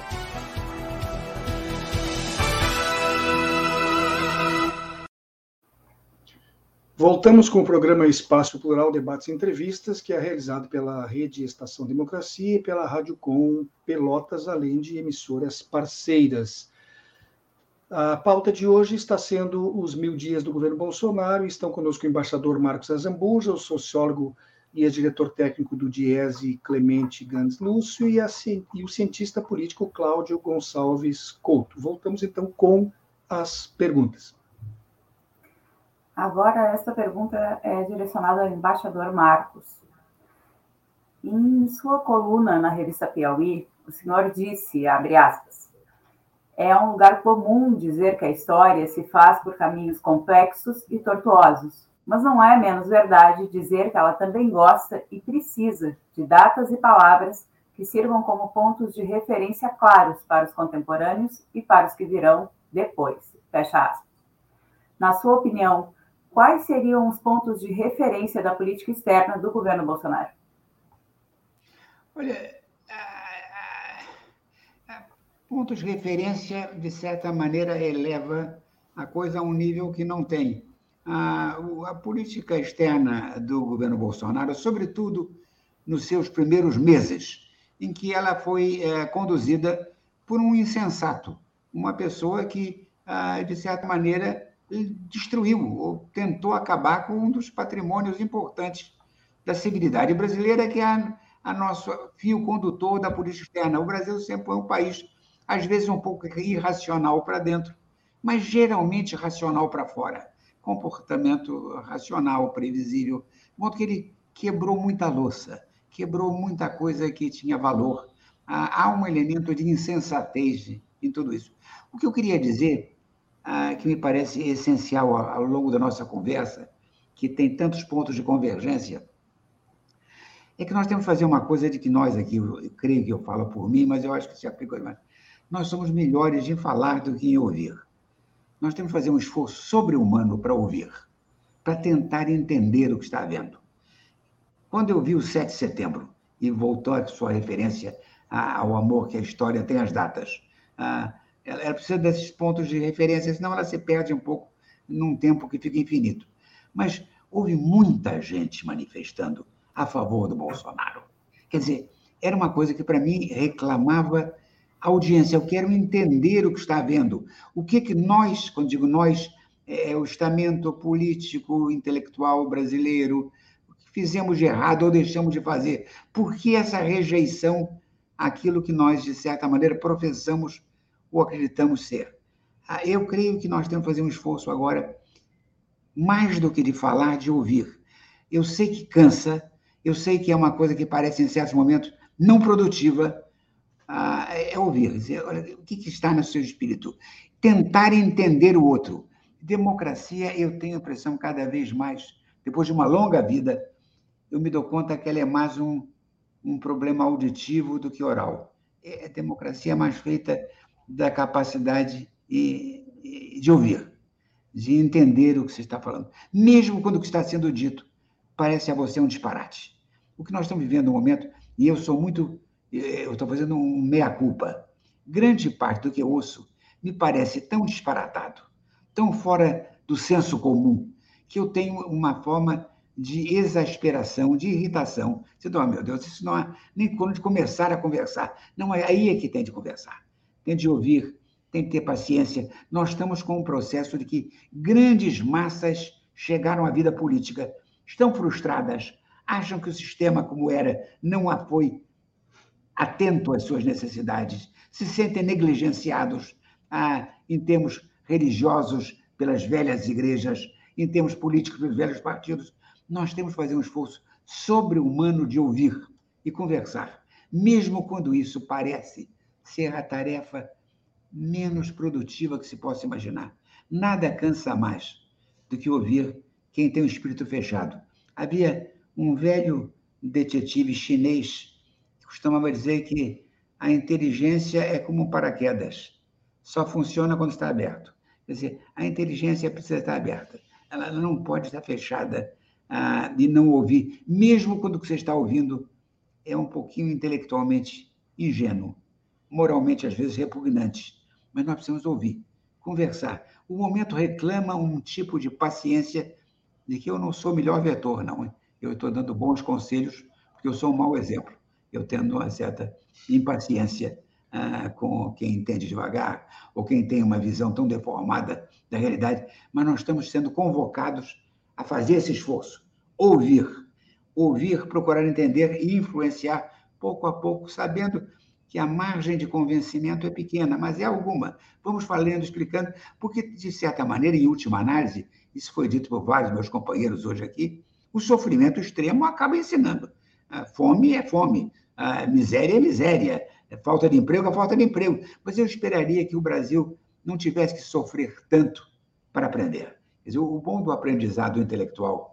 Voltamos com o programa Espaço Plural, Debates e Entrevistas, que é realizado pela Rede Estação Democracia e pela Rádio Com Pelotas, além de emissoras parceiras. A pauta de hoje está sendo os 1000 dias do governo Bolsonaro, e estão conosco o embaixador Marcos Azambuja, o sociólogo e diretor técnico do DIESE, Clemente Gans Lúcio, e o cientista político Cláudio Gonçalves Couto. Voltamos então com as perguntas. Agora, essa pergunta é direcionada ao embaixador Marcos. Em sua coluna na revista Piauí, o senhor disse, abre aspas, é um lugar comum dizer que a história se faz por caminhos complexos e tortuosos, mas não é menos verdade dizer que ela também gosta e precisa de datas e palavras que sirvam como pontos de referência claros para os contemporâneos e para os que virão depois. Fecha aspas. Na sua opinião, quais seriam os pontos de referência da política externa do governo Bolsonaro? Olha, pontos de referência, de certa maneira, eleva a coisa a um nível que não tem. A política externa do governo Bolsonaro, sobretudo nos seus primeiros meses, em que ela foi conduzida por um insensato, uma pessoa que, de certa maneira, destruiu ou tentou acabar com um dos patrimônios importantes da civilidade brasileira, que é a nosso fio condutor da política externa. O Brasil sempre foi um país, às vezes, um pouco irracional para dentro, mas geralmente racional para fora. Comportamento racional, previsível, de modo que ele quebrou muita louça, quebrou muita coisa que tinha valor. Há um elemento de insensatez em tudo isso. O que eu queria dizer, que me parece essencial ao longo da nossa conversa, que tem tantos pontos de convergência, é que nós temos que fazer uma coisa de que nós aqui, eu creio que eu falo por mim, mas eu acho que se aplica mais. Nós somos melhores em falar do que em ouvir. Nós temos que fazer um esforço sobre-humano para ouvir, para tentar entender o que está havendo. Quando eu vi o 7 de setembro, e voltou a sua referência ao amor que a história tem as datas, ela precisa desses pontos de referência, senão ela se perde um pouco num tempo que fica infinito. Mas houve muita gente manifestando a favor do Bolsonaro. Quer dizer, era uma coisa que, para mim, reclamava audiência. Eu quero entender o que está havendo. O que nós, quando digo nós, é o estamento político, intelectual brasileiro, fizemos de errado ou deixamos de fazer? Por que essa rejeição àquilo que nós, de certa maneira, professamos ou acreditamos ser? Eu creio que nós temos que fazer um esforço agora, mais do que de falar, de ouvir. Eu sei que cansa, eu sei que é uma coisa que parece, em certos momentos, não produtiva, é ouvir. Dizer, olha, o que está no seu espírito? Tentar entender o outro. Democracia, eu tenho a impressão, cada vez mais, depois de uma longa vida, eu me dou conta que ela é mais um problema auditivo do que oral. A democracia é mais feita da capacidade de ouvir, de entender o que se está falando, mesmo quando o que está sendo dito parece a você um disparate. O que nós estamos vivendo no momento, e eu estou fazendo um meia-culpa, grande parte do que eu ouço me parece tão disparatado, tão fora do senso comum, que eu tenho uma forma de exasperação, de irritação. Você diz, meu Deus, isso não é nem quando de começar a conversar. Não, aí é que tem de conversar. Tem de ouvir, tem de ter paciência. Nós estamos com um processo de que grandes massas chegaram à vida política, estão frustradas, acham que o sistema como era não foi atento às suas necessidades, se sentem negligenciados em termos religiosos pelas velhas igrejas, em termos políticos pelos velhos partidos. Nós temos que fazer um esforço sobre-humano de ouvir e conversar, mesmo quando isso parece ser a tarefa menos produtiva que se possa imaginar. Nada cansa mais do que ouvir quem tem o espírito fechado. Havia um velho detetive chinês que costumava dizer que a inteligência é como um paraquedas, só funciona quando está aberto. Quer dizer, a inteligência precisa estar aberta, ela não pode estar fechada de não ouvir, mesmo quando o que você está ouvindo é um pouquinho intelectualmente ingênuo, moralmente, às vezes, repugnante. Mas nós precisamos ouvir, conversar. O momento reclama um tipo de paciência de que eu não sou o melhor vetor, não. Eu estou dando bons conselhos, porque eu sou um mau exemplo. Eu tendo uma certa impaciência com quem entende devagar, ou quem tem uma visão tão deformada da realidade, mas nós estamos sendo convocados a fazer esse esforço, ouvir, procurar entender e influenciar pouco a pouco, sabendo que a margem de convencimento é pequena, mas é alguma. Vamos falando, explicando, porque, de certa maneira, em última análise, isso foi dito por vários meus companheiros hoje aqui, o sofrimento extremo acaba ensinando. Fome é fome, miséria é miséria, falta de emprego é falta de emprego. Mas eu esperaria que o Brasil não tivesse que sofrer tanto para aprender. Quer dizer, o bom do aprendizado intelectual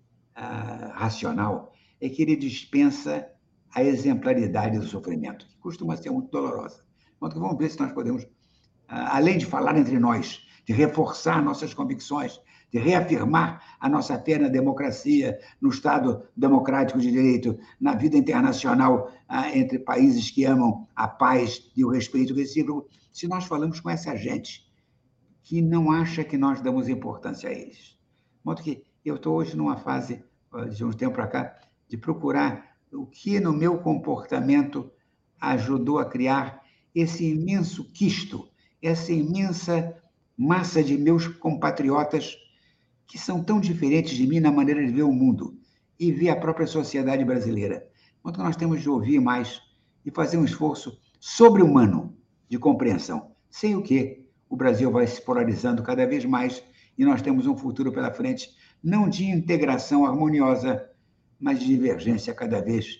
racional é que ele dispensa a exemplaridade do sofrimento, que costuma ser muito dolorosa. Então, vamos ver se nós podemos, além de falar entre nós, de reforçar nossas convicções, de reafirmar a nossa fé na democracia, no Estado democrático de direito, na vida internacional entre países que amam a paz e o respeito recíproco, se nós falamos com essa gente que não acha que nós damos importância a eles. De modo que eu estou hoje numa fase, de um tempo para cá, de procurar o que no meu comportamento ajudou a criar esse imenso quisto, essa imensa massa de meus compatriotas que são tão diferentes de mim na maneira de ver o mundo e ver a própria sociedade brasileira. Quanto nós temos de ouvir mais e fazer um esforço sobre-humano de compreensão, sem o que o Brasil vai se polarizando cada vez mais e nós temos um futuro pela frente, não de integração harmoniosa, mas de divergência cada vez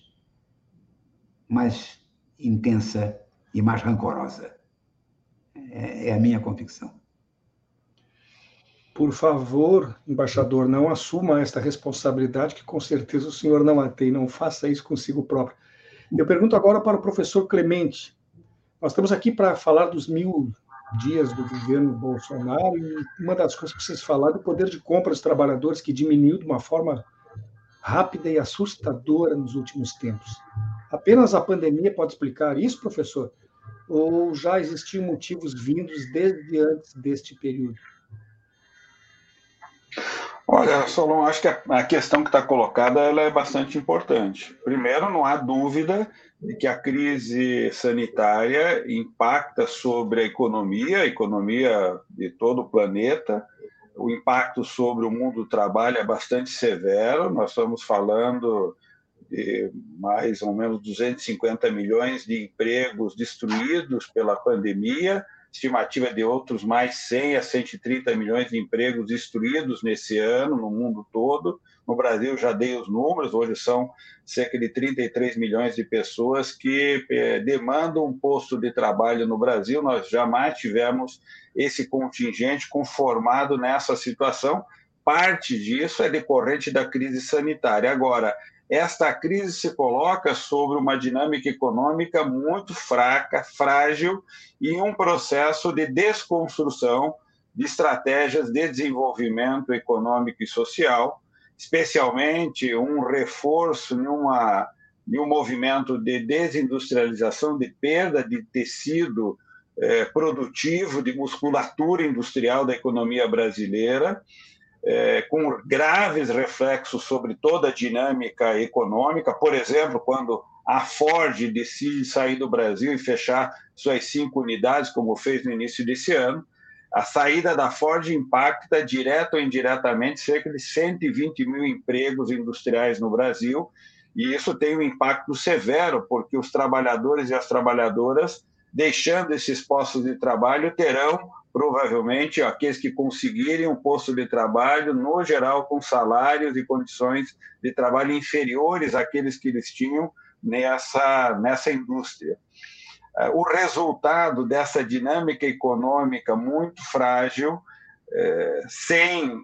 mais intensa e mais rancorosa. É a minha convicção. Por favor, embaixador, não assuma esta responsabilidade, que com certeza o senhor não a tem, não faça isso consigo próprio. Eu pergunto agora para o professor Clemente. Nós estamos aqui para falar dos dias do governo Bolsonaro, e uma das coisas que vocês falaram é o poder de compra dos trabalhadores, que diminuiu de uma forma rápida e assustadora nos últimos tempos. Apenas a pandemia pode explicar isso, professor? Ou já existiam motivos vindos desde antes deste período? Olha, Solon, acho que a questão que está colocada ela é bastante importante. Primeiro, não há dúvida de que a crise sanitária impacta sobre a economia de todo o planeta. O impacto sobre o mundo do trabalho é bastante severo. Nós estamos falando de mais ou menos 250 milhões de empregos destruídos pela pandemia, estimativa de outros mais 100 a 130 milhões de empregos destruídos nesse ano no mundo todo. No Brasil, já dei os números, hoje são cerca de 33 milhões de pessoas que demandam um posto de trabalho no Brasil. Nós jamais tivemos esse contingente conformado nessa situação. Parte disso é decorrente da crise sanitária. Agora, esta crise se coloca sobre uma dinâmica econômica muito fraca, frágil, e em um processo de desconstrução de estratégias de desenvolvimento econômico e social, especialmente um reforço em um movimento de desindustrialização, de perda de tecido produtivo, de musculatura industrial da economia brasileira, com graves reflexos sobre toda a dinâmica econômica. Por exemplo, quando a Ford decide sair do Brasil e fechar suas 5 unidades, como fez no início desse ano, a saída da Ford impacta, direto ou indiretamente, cerca de 120 mil empregos industriais no Brasil, e isso tem um impacto severo, porque os trabalhadores e as trabalhadoras, deixando esses postos de trabalho, terão provavelmente aqueles que conseguirem um posto de trabalho, no geral com salários e condições de trabalho inferiores àqueles que eles tinham nessa indústria. O resultado dessa dinâmica econômica muito frágil, sem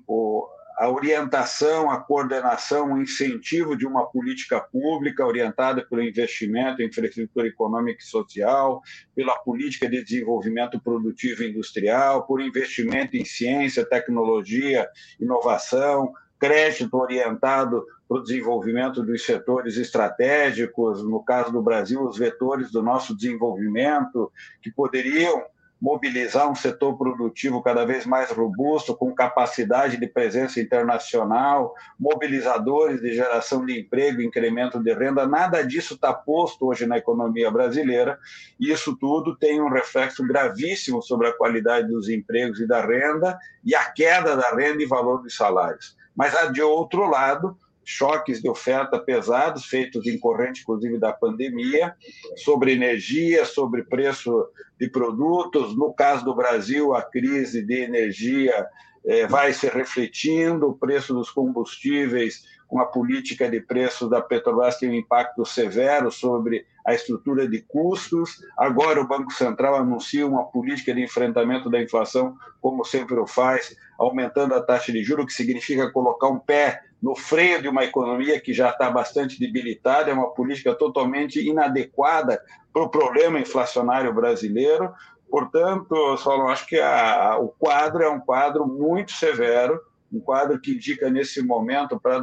a orientação, a coordenação, o incentivo de uma política pública orientada pelo investimento em infraestrutura econômica e social, pela política de desenvolvimento produtivo e industrial, por investimento em ciência, tecnologia, inovação, crédito orientado para o desenvolvimento dos setores estratégicos, no caso do Brasil, os vetores do nosso desenvolvimento, que poderiam mobilizar um setor produtivo cada vez mais robusto, com capacidade de presença internacional, mobilizadores de geração de emprego, incremento de renda. Nada disso está posto hoje na economia brasileira, e isso tudo tem um reflexo gravíssimo sobre a qualidade dos empregos e da renda, e a queda da renda e valor dos salários. Mas, de outro lado, choques de oferta pesados, feitos em corrente, inclusive, da pandemia, sobre energia, sobre preço de produtos. No caso do Brasil, a crise de energia vai se refletindo, o preço dos combustíveis, com a política de preços da Petrobras, tem um impacto severo sobre a estrutura de custos. Agora o Banco Central anuncia uma política de enfrentamento da inflação, como sempre o faz, aumentando a taxa de juros, que significa colocar um pé no freio de uma economia que já está bastante debilitada. É uma política totalmente inadequada para o problema inflacionário brasileiro. Portanto, Solon, acho que o quadro é um quadro muito severo, um quadro que indica, nesse momento, para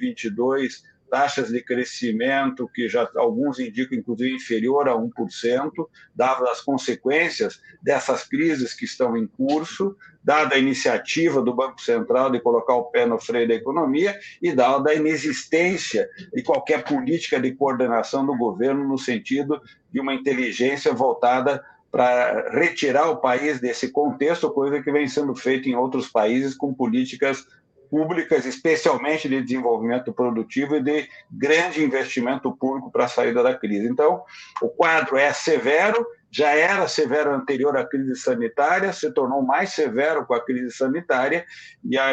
2022, taxas de crescimento que já alguns indicam, inclusive, inferior a 1%, dadas as consequências dessas crises que estão em curso, dada a iniciativa do Banco Central de colocar o pé no freio da economia e dada a inexistência de qualquer política de coordenação do governo no sentido de uma inteligência voltada para retirar o país desse contexto, coisa que vem sendo feita em outros países com políticas públicas, especialmente de desenvolvimento produtivo e de grande investimento público para a saída da crise. Então, o quadro é severo, já era severo anterior à crise sanitária, se tornou mais severo com a crise sanitária, e a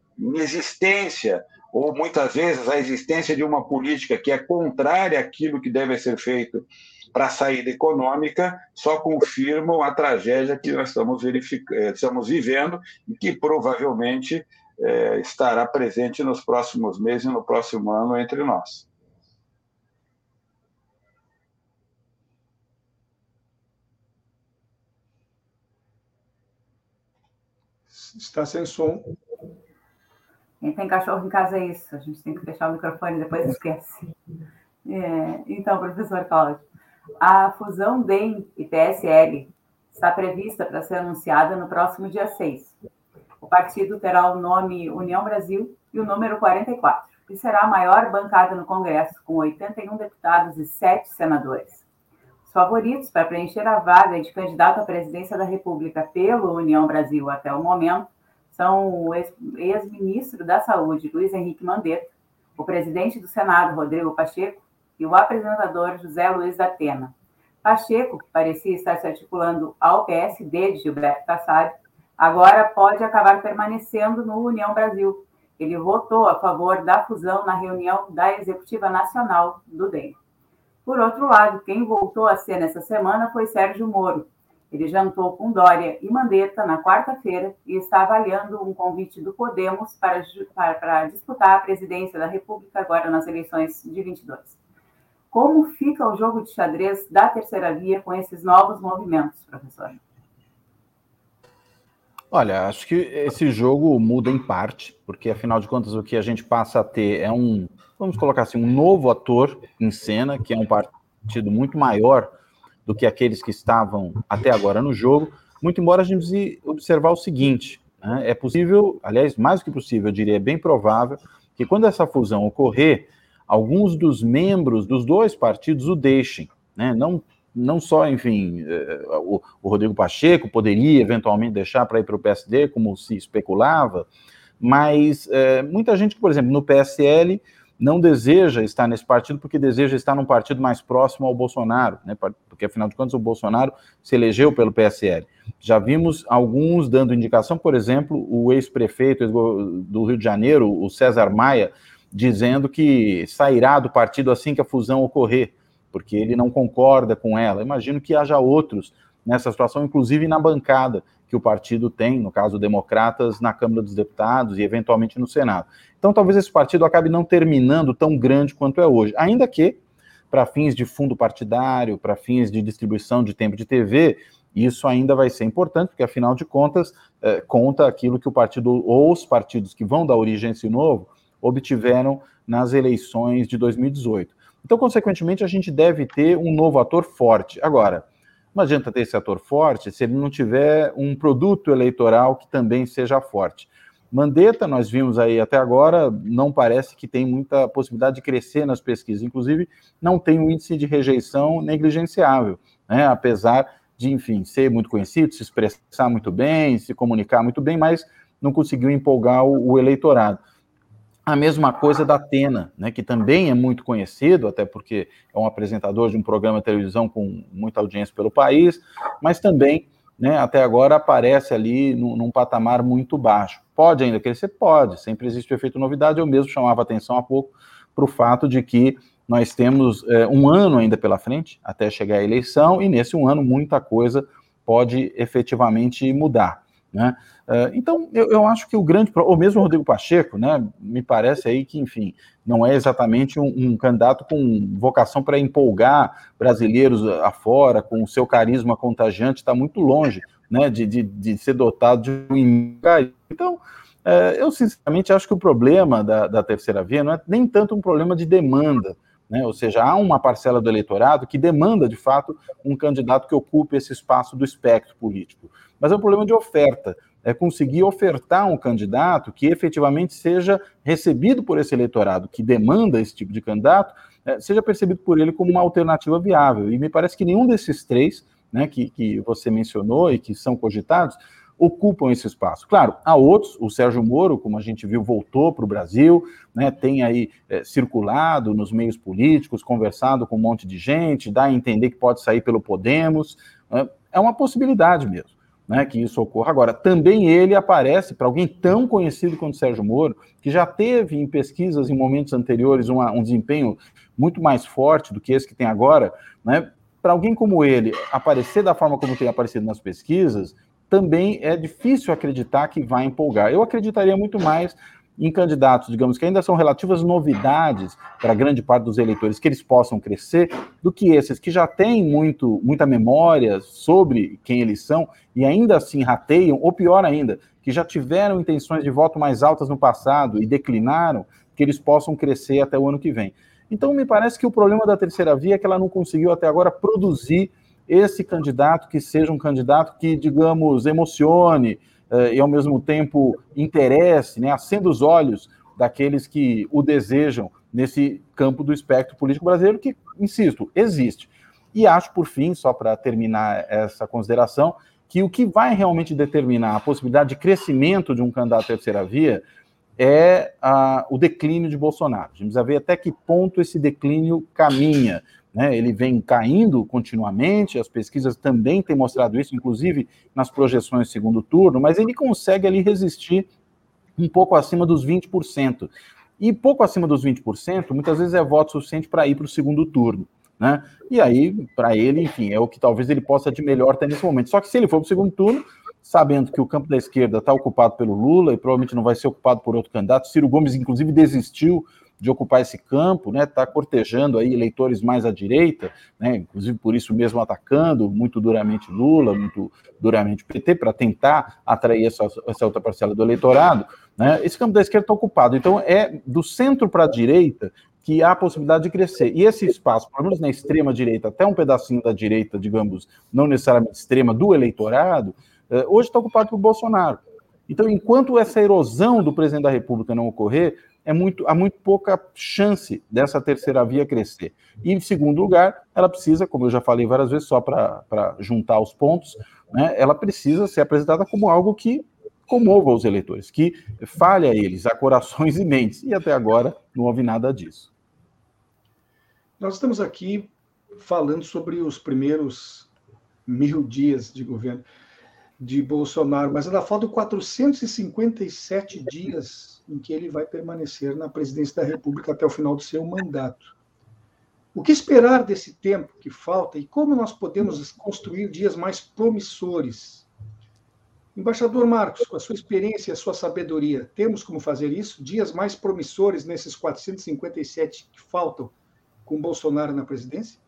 inexistência, ou muitas vezes a existência de uma política que é contrária àquilo que deve ser feito para a saída econômica, só confirmam a tragédia que nós estamos vivendo e que provavelmente estará presente nos próximos meses e no próximo ano entre nós. Está sem som. Quem tem cachorro em casa é isso, a gente tem que fechar o microfone e depois esquece. Então, professor Cláudio, a fusão DEM e PSL está prevista para ser anunciada no próximo dia 6. O partido terá o nome União Brasil e o número 44, e será a maior bancada no Congresso, com 81 deputados e 7 senadores. Os favoritos para preencher a vaga de candidato à presidência da República pelo União Brasil até o momento são o ex-ministro da Saúde, Luiz Henrique Mandetta, o presidente do Senado, Rodrigo Pacheco, e o apresentador José Luiz da Atena. Pacheco, que parecia estar se articulando ao PSD de Gilberto Kassab, agora pode acabar permanecendo no União Brasil. Ele votou a favor da fusão na reunião da Executiva Nacional do DEM. Por outro lado, quem voltou a ser nessa semana foi Sérgio Moro. Ele jantou com Dória e Mandetta na quarta-feira e está avaliando um convite do Podemos para disputar a presidência da República agora nas eleições de 22. Como fica o jogo de xadrez da terceira via com esses novos movimentos, professor? Olha, acho que esse jogo muda em parte, porque afinal de contas o que a gente passa a ter é vamos colocar assim, um novo ator em cena, que é um partido muito maior do que aqueles que estavam até agora no jogo, muito embora a gente precise observar o seguinte, né? É possível, aliás, mais do que possível, eu diria, é bem provável, que quando essa fusão ocorrer, alguns dos membros dos dois partidos o deixem, né? Não só, enfim, o Rodrigo Pacheco poderia eventualmente deixar para ir para o PSD, como se especulava, mas muita gente que, por exemplo, no PSL não deseja estar nesse partido porque deseja estar num partido mais próximo ao Bolsonaro, né? Porque, afinal de contas, o Bolsonaro se elegeu pelo PSL. Já vimos alguns dando indicação, por exemplo, o ex-prefeito do Rio de Janeiro, o César Maia, dizendo que sairá do partido assim que a fusão ocorrer, porque ele não concorda com ela. Imagino que haja outros nessa situação, inclusive na bancada que o partido tem, no caso Democratas, na Câmara dos Deputados e eventualmente no Senado. Então talvez esse partido acabe não terminando tão grande quanto é hoje, ainda que, para fins de fundo partidário, para fins de distribuição de tempo de TV, isso ainda vai ser importante, porque afinal de contas, conta aquilo que o partido, ou os partidos que vão dar origem a esse novo, obtiveram nas eleições de 2018. Então, consequentemente, a gente deve ter um novo ator forte. Agora, não adianta ter esse ator forte se ele não tiver um produto eleitoral que também seja forte. Mandetta, nós vimos aí até agora, não parece que tem muita possibilidade de crescer nas pesquisas. Inclusive, não tem um índice de rejeição negligenciável, né? Apesar de, enfim, ser muito conhecido, se expressar muito bem, se comunicar muito bem, mas não conseguiu empolgar o eleitorado. A mesma coisa da Atena, né, que também é muito conhecido, até porque é um apresentador de um programa de televisão com muita audiência pelo país, mas também, né, até agora aparece ali num patamar muito baixo. Pode ainda crescer? Pode, sempre existe o efeito novidade. Eu mesmo chamava atenção há pouco para o fato de que nós temos um ano ainda pela frente, até chegar a eleição, e nesse um ano muita coisa pode efetivamente mudar, né? Então, eu acho que o grande... Ou mesmo o Rodrigo Pacheco, né, me parece aí que, enfim, não é exatamente um candidato com vocação para empolgar brasileiros afora, com o seu carisma contagiante, está muito longe, né, de ser dotado de um carisma. Então, eu sinceramente acho que o problema da terceira via não é nem tanto um problema de demanda, né, ou seja, há uma parcela do eleitorado que demanda, de fato, um candidato que ocupe esse espaço do espectro político. Mas é um problema de oferta, é conseguir ofertar um candidato que efetivamente seja recebido por esse eleitorado que demanda esse tipo de candidato, seja percebido por ele como uma alternativa viável. E me parece que nenhum desses três, né, que você mencionou e que são cogitados, ocupam esse espaço. Claro, há outros, o Sérgio Moro, como a gente viu, voltou para o Brasil, né, tem aí circulado nos meios políticos, conversado com um monte de gente, dá a entender que pode sair pelo Podemos, é uma possibilidade mesmo, né, que isso ocorra. Agora, também ele aparece, para alguém tão conhecido quanto Sérgio Moro, que já teve em pesquisas em momentos anteriores um desempenho muito mais forte do que esse que tem agora, né, para alguém como ele aparecer da forma como tem aparecido nas pesquisas, também é difícil acreditar que vai empolgar. Eu acreditaria muito mais em candidatos, digamos, que ainda são relativas novidades para grande parte dos eleitores, que eles possam crescer, do que esses que já têm muita memória sobre quem eles são e ainda assim rateiam, ou pior ainda, que já tiveram intenções de voto mais altas no passado e declinaram, que eles possam crescer até o ano que vem. Então, me parece que o problema da terceira via é que ela não conseguiu até agora produzir esse candidato que seja um candidato que, digamos, emocione e, ao mesmo tempo, interesse, né, acenda os olhos daqueles que o desejam nesse campo do espectro político brasileiro, que, insisto, existe. E acho, por fim, só para terminar essa consideração, que o que vai realmente determinar a possibilidade de crescimento de um candidato à terceira via é o declínio de Bolsonaro. A gente precisa ver até que ponto esse declínio caminha, né? Ele vem caindo continuamente, as pesquisas também têm mostrado isso, inclusive nas projeções de segundo turno, mas ele consegue ali resistir um pouco acima dos 20%. E pouco acima dos 20%, muitas vezes é voto suficiente para ir para o segundo turno, né? E aí, para ele, enfim, é o que talvez ele possa de melhor ter nesse momento. Só que se ele for para o segundo turno, sabendo que o campo da esquerda está ocupado pelo Lula e provavelmente não vai ser ocupado por outro candidato, Ciro Gomes, inclusive, desistiu de ocupar esse campo, né? Está cortejando aí eleitores mais à direita, né? Inclusive por isso mesmo atacando muito duramente Lula, muito duramente o PT, para tentar atrair essa outra parcela do eleitorado, né? Esse campo da esquerda está ocupado. Então, é do centro para a direita que há a possibilidade de crescer. E esse espaço, pelo menos na extrema-direita, até um pedacinho da direita, digamos, não necessariamente extrema, do eleitorado, hoje está ocupado por Bolsonaro. Então, enquanto essa erosão do presidente da República não ocorrer, há muito pouca chance dessa terceira via crescer. E, em segundo lugar, ela precisa, como eu já falei várias vezes, só para juntar os pontos, né, ela precisa ser apresentada como algo que comova os eleitores, que fale a eles, a corações e mentes. E até agora não houve nada disso. Nós estamos aqui falando sobre os primeiros 1000 dias de governo de Bolsonaro, mas ainda faltam 457 dias em que ele vai permanecer na presidência da República até o final do seu mandato. O que esperar desse tempo que falta e como nós podemos construir dias mais promissores? Embaixador Marcos, com a sua experiência e a sua sabedoria, temos como fazer isso? Dias mais promissores nesses 457 que faltam com Bolsonaro na presidência?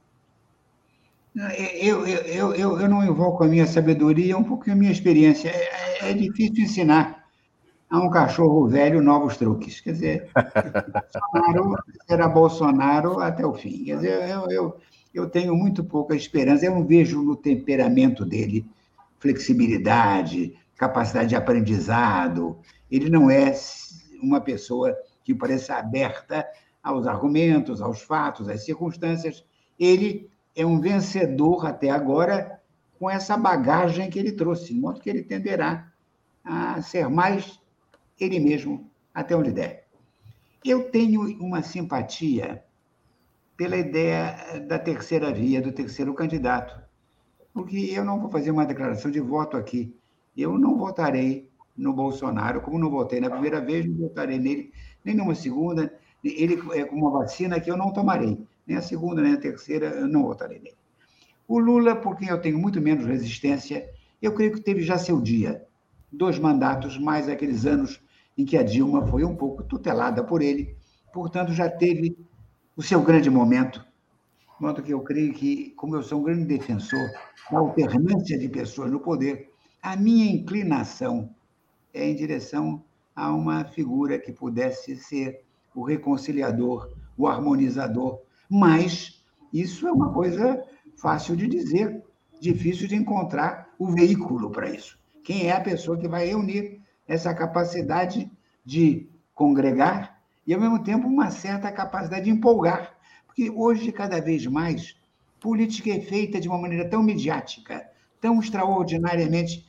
Eu não invoco a minha sabedoria, um pouquinho a minha experiência. É difícil ensinar a um cachorro velho novos truques. Quer dizer, Bolsonaro será Bolsonaro até o fim. Quer dizer, eu tenho muito pouca esperança. Eu não vejo no temperamento dele flexibilidade, capacidade de aprendizado. Ele não é uma pessoa que parece aberta aos argumentos, aos fatos, às circunstâncias. Ele é um vencedor até agora com essa bagagem que ele trouxe, de modo que ele tenderá a ser mais ele mesmo até onde der. Eu tenho uma simpatia pela ideia da terceira via, do terceiro candidato, porque eu não vou fazer uma declaração de voto aqui. Eu não votarei no Bolsonaro, como não votei na primeira vez, não votarei nele, nem numa segunda. Ele é como uma vacina que eu não tomarei. Nem a segunda, nem a terceira, eu não votarei nele. O Lula, por quem eu tenho muito menos resistência, eu creio que teve já seu dia. 2 mandatos, mais aqueles anos em que a Dilma foi um pouco tutelada por ele, portanto, já teve o seu grande momento. De modo que eu creio que, como eu sou um grande defensor da alternância de pessoas no poder, a minha inclinação é em direção a uma figura que pudesse ser o reconciliador, o harmonizador. Mas isso é uma coisa fácil de dizer, difícil de encontrar o veículo para isso. Quem é a pessoa que vai reunir essa capacidade de congregar e, ao mesmo tempo, uma certa capacidade de empolgar? Porque hoje, cada vez mais, política é feita de uma maneira tão midiática, tão extraordinariamente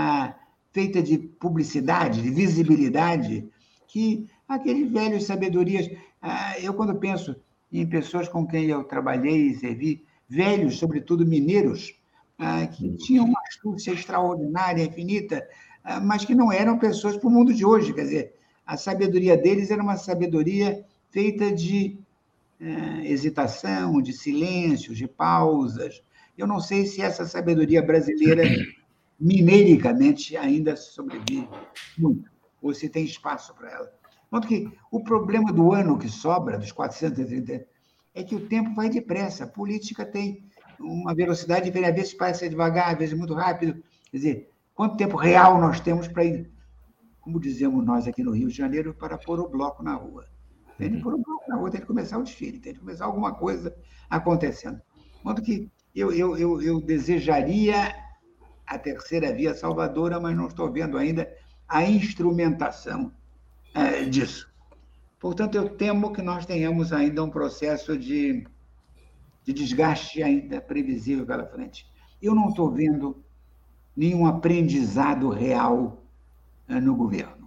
feita de publicidade, de visibilidade, que aqueles velhos sabedorias... eu, quando penso em pessoas com quem eu trabalhei e servi, velhos, sobretudo mineiros, que tinham uma astúcia extraordinária, infinita, mas que não eram pessoas para o mundo de hoje. Quer dizer, a sabedoria deles era uma sabedoria feita de hesitação, de silêncios, de pausas. Eu não sei se essa sabedoria brasileira, mineiricamente, ainda sobrevive muito, ou se tem espaço para ela. Modo que o problema do ano que sobra, dos 430, é que o tempo vai depressa. A política tem uma velocidade diferente, às vezes parece devagar, às vezes muito rápido. Quer dizer, quanto tempo real nós temos para ir, como dizemos nós aqui no Rio de Janeiro, para pôr o bloco na rua? Tem que pôr o bloco na rua, tem que começar o desfile, tem que começar alguma coisa acontecendo. De modo que eu desejaria a terceira via salvadora, mas não estou vendo ainda a instrumentação disso. Portanto, eu temo que nós tenhamos ainda um processo de desgaste ainda previsível pela frente. Eu não estou vendo nenhum aprendizado real no governo.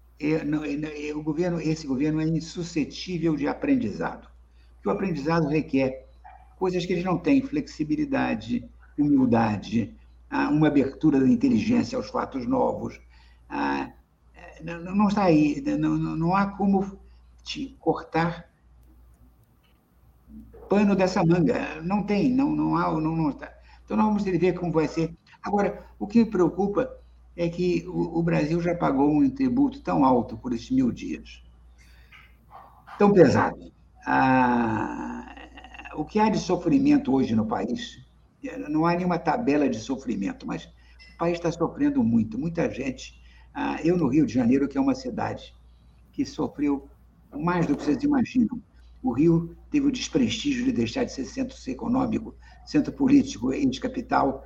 Esse governo é insuscetível de aprendizado. Porque o aprendizado requer coisas que eles não têm: flexibilidade, humildade, uma abertura da inteligência aos fatos novos. Não está aí, não há como te cortar pano dessa manga. Não tem, não está. Então, nós vamos ter que ver como vai ser. Agora, o que me preocupa é que o Brasil já pagou um tributo tão alto por esses 1000 dias, tão pesado. O que há de sofrimento hoje no país, não há nenhuma tabela de sofrimento, mas o país está sofrendo muito, muita gente. Eu, no Rio de Janeiro, que é uma cidade que sofreu mais do que vocês imaginam. O Rio teve o desprestígio de deixar de ser centro econômico, centro político, ente capital.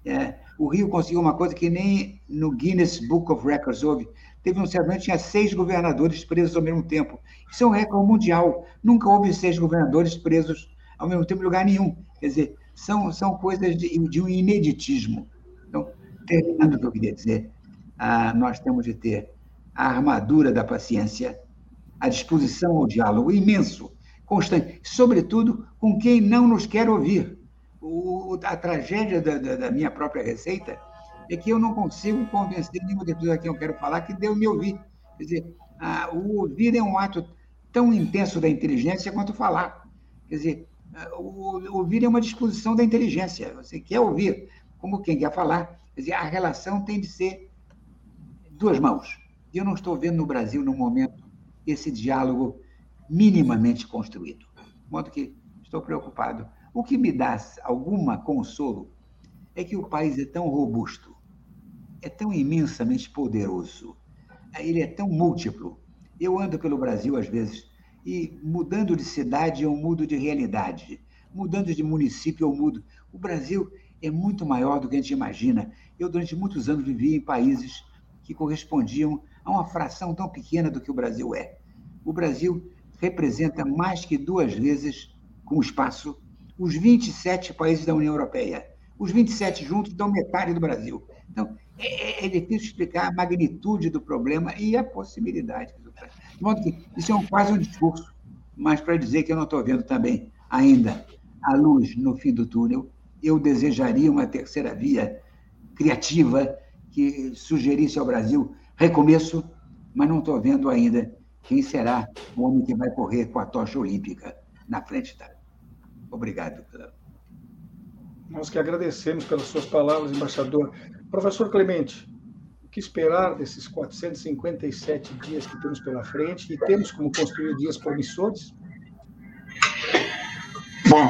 O Rio conseguiu uma coisa que nem no Guinness Book of Records houve. Teve um certo momento, tinha 6 governadores presos ao mesmo tempo. Isso é um recorde mundial. Nunca houve 6 governadores presos ao mesmo tempo em lugar nenhum. Quer dizer, são coisas de um ineditismo. Então, terminando o que eu queria dizer, nós temos de ter a armadura da paciência, a disposição ao diálogo imenso, constante, sobretudo com quem não nos quer ouvir. A tragédia da minha própria receita é que eu não consigo convencer nenhuma das pessoas a quem eu quero falar que deve me ouvir. Quer dizer, o ouvir é um ato tão intenso da inteligência quanto falar. Quer dizer, o ouvir é uma disposição da inteligência. Você quer ouvir, como quem quer falar. Quer dizer, a relação tem de ser 2 mãos. E eu não estou vendo no Brasil, no momento, esse diálogo minimamente construído. De modo que estou preocupado. O que me dá alguma consolo é que o país é tão robusto, é tão imensamente poderoso, ele é tão múltiplo. Eu ando pelo Brasil, às vezes, e mudando de cidade eu mudo de realidade, mudando de município eu mudo. O Brasil é muito maior do que a gente imagina. Eu, durante muitos anos, vivi em países que correspondiam a uma fração tão pequena do que o Brasil é. O Brasil representa mais que 2 vezes, com o espaço, os 27 países da União Europeia. Os 27 juntos dão metade do Brasil. Então, é difícil explicar a magnitude do problema e a possibilidade. De modo que isso é quase um discurso, mas para dizer que eu não estou vendo também ainda a luz no fim do túnel. Eu desejaria uma terceira via criativa que sugerisse ao Brasil recomeço, mas não estou vendo ainda quem será o homem que vai correr com a tocha olímpica na frente da... Obrigado. Nós que agradecemos pelas suas palavras, embaixador. Professor Clemente, o que esperar desses 457 dias que temos pela frente e temos como construir dias promissores? Bom,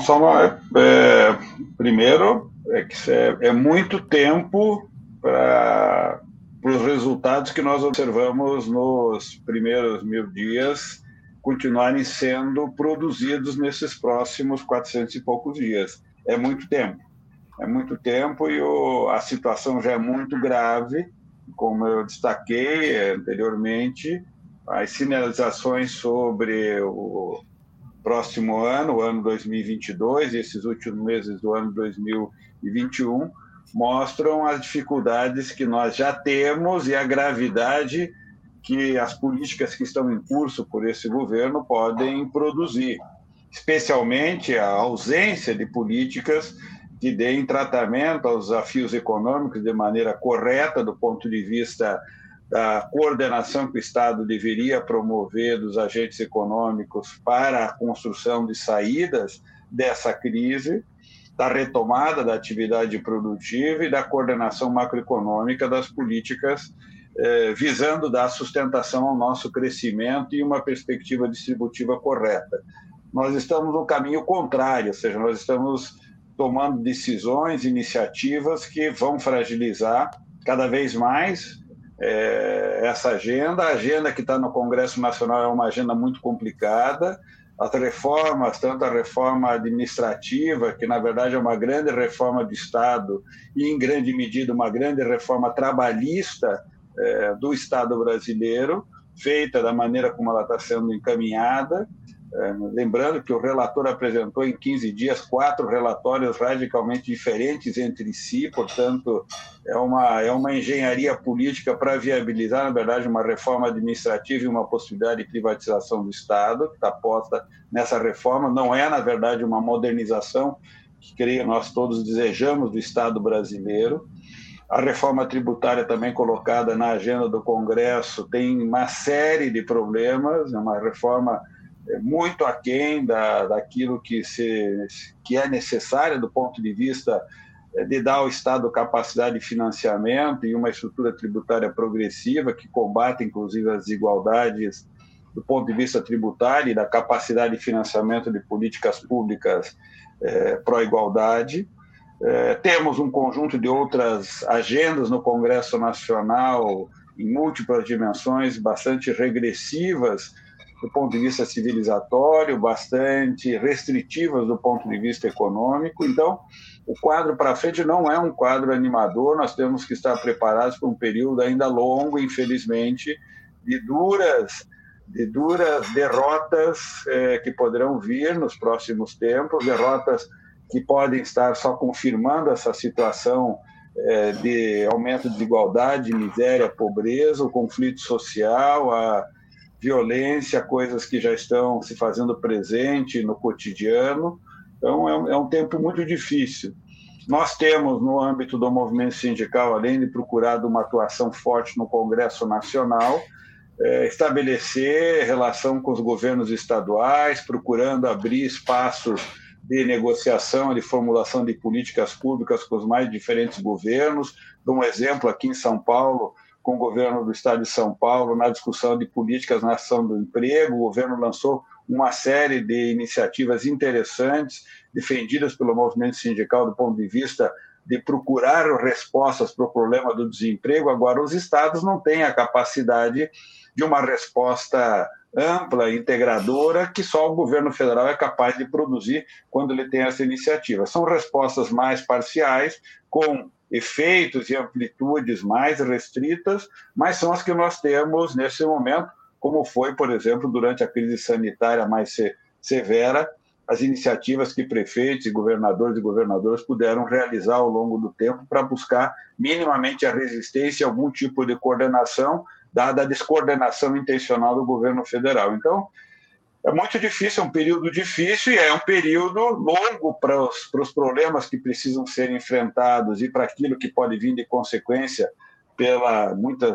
primeiro, que é muito tempo para os resultados que nós observamos nos primeiros 1000 dias continuarem sendo produzidos nesses próximos 400 e poucos dias. É muito tempo e a situação já é muito grave, como eu destaquei anteriormente. As sinalizações sobre o próximo ano, o ano 2022, e esses últimos meses do ano 2021, mostram as dificuldades que nós já temos e a gravidade que as políticas que estão em curso por esse governo podem produzir, especialmente a ausência de políticas que deem tratamento aos desafios econômicos de maneira correta do ponto de vista da coordenação que o Estado deveria promover dos agentes econômicos para a construção de saídas dessa crise, da retomada da atividade produtiva e da coordenação macroeconômica das políticas visando dar sustentação ao nosso crescimento e uma perspectiva distributiva correta. Nós estamos no caminho contrário, ou seja, nós estamos tomando decisões, iniciativas que vão fragilizar cada vez mais essa agenda. A agenda que está no Congresso Nacional é uma agenda muito complicada. As reformas, tanto a reforma administrativa, que na verdade é uma grande reforma do Estado, e em grande medida uma grande reforma trabalhista do Estado brasileiro, feita da maneira como ela está sendo encaminhada. Lembrando que o relator apresentou em 15 dias 4 relatórios radicalmente diferentes entre si, portanto, é uma engenharia política para viabilizar, na verdade, uma reforma administrativa e uma possibilidade de privatização do Estado, que está posta nessa reforma. Não é, na verdade, uma modernização que, creio, nós todos desejamos do Estado brasileiro. A reforma tributária também colocada na agenda do Congresso tem uma série de problemas, é uma reforma muito aquém daquilo que é necessário do ponto de vista de dar ao Estado capacidade de financiamento e uma estrutura tributária progressiva que combate, inclusive, as desigualdades do ponto de vista tributário e da capacidade de financiamento de políticas públicas pró-igualdade. Temos um conjunto de outras agendas no Congresso Nacional em múltiplas dimensões, bastante regressivas do ponto de vista civilizatório, bastante restritivas do ponto de vista econômico. Então, o quadro para frente não é um quadro animador, nós temos que estar preparados para um período ainda longo, infelizmente, de duras derrotas que poderão vir nos próximos tempos, derrotas que podem estar só confirmando essa situação de aumento de desigualdade, miséria, pobreza, o conflito social, a violência, coisas que já estão se fazendo presente no cotidiano. Então, é um tempo muito difícil. Nós temos, no âmbito do movimento sindical, além de procurado uma atuação forte no Congresso Nacional, estabelecer relação com os governos estaduais, procurando abrir espaços de negociação, de formulação de políticas públicas com os mais diferentes governos. Dou um exemplo aqui em São Paulo, com o governo do Estado de São Paulo, na discussão de políticas na ação do emprego. O governo lançou uma série de iniciativas interessantes, defendidas pelo movimento sindical do ponto de vista de procurar respostas para o problema do desemprego. Agora, os estados não têm a capacidade de uma resposta ampla, integradora, que só o governo federal é capaz de produzir quando ele tem essa iniciativa. São respostas mais parciais, com efeitos e amplitudes mais restritas, mas são as que nós temos nesse momento, como foi, por exemplo, durante a crise sanitária mais severa, as iniciativas que prefeitos e governadoras puderam realizar ao longo do tempo para buscar minimamente a resistência a algum tipo de coordenação, dada a descoordenação intencional do governo federal. Então, é muito difícil, é um período difícil e é um período longo para os problemas que precisam ser enfrentados e para aquilo que pode vir de consequência pela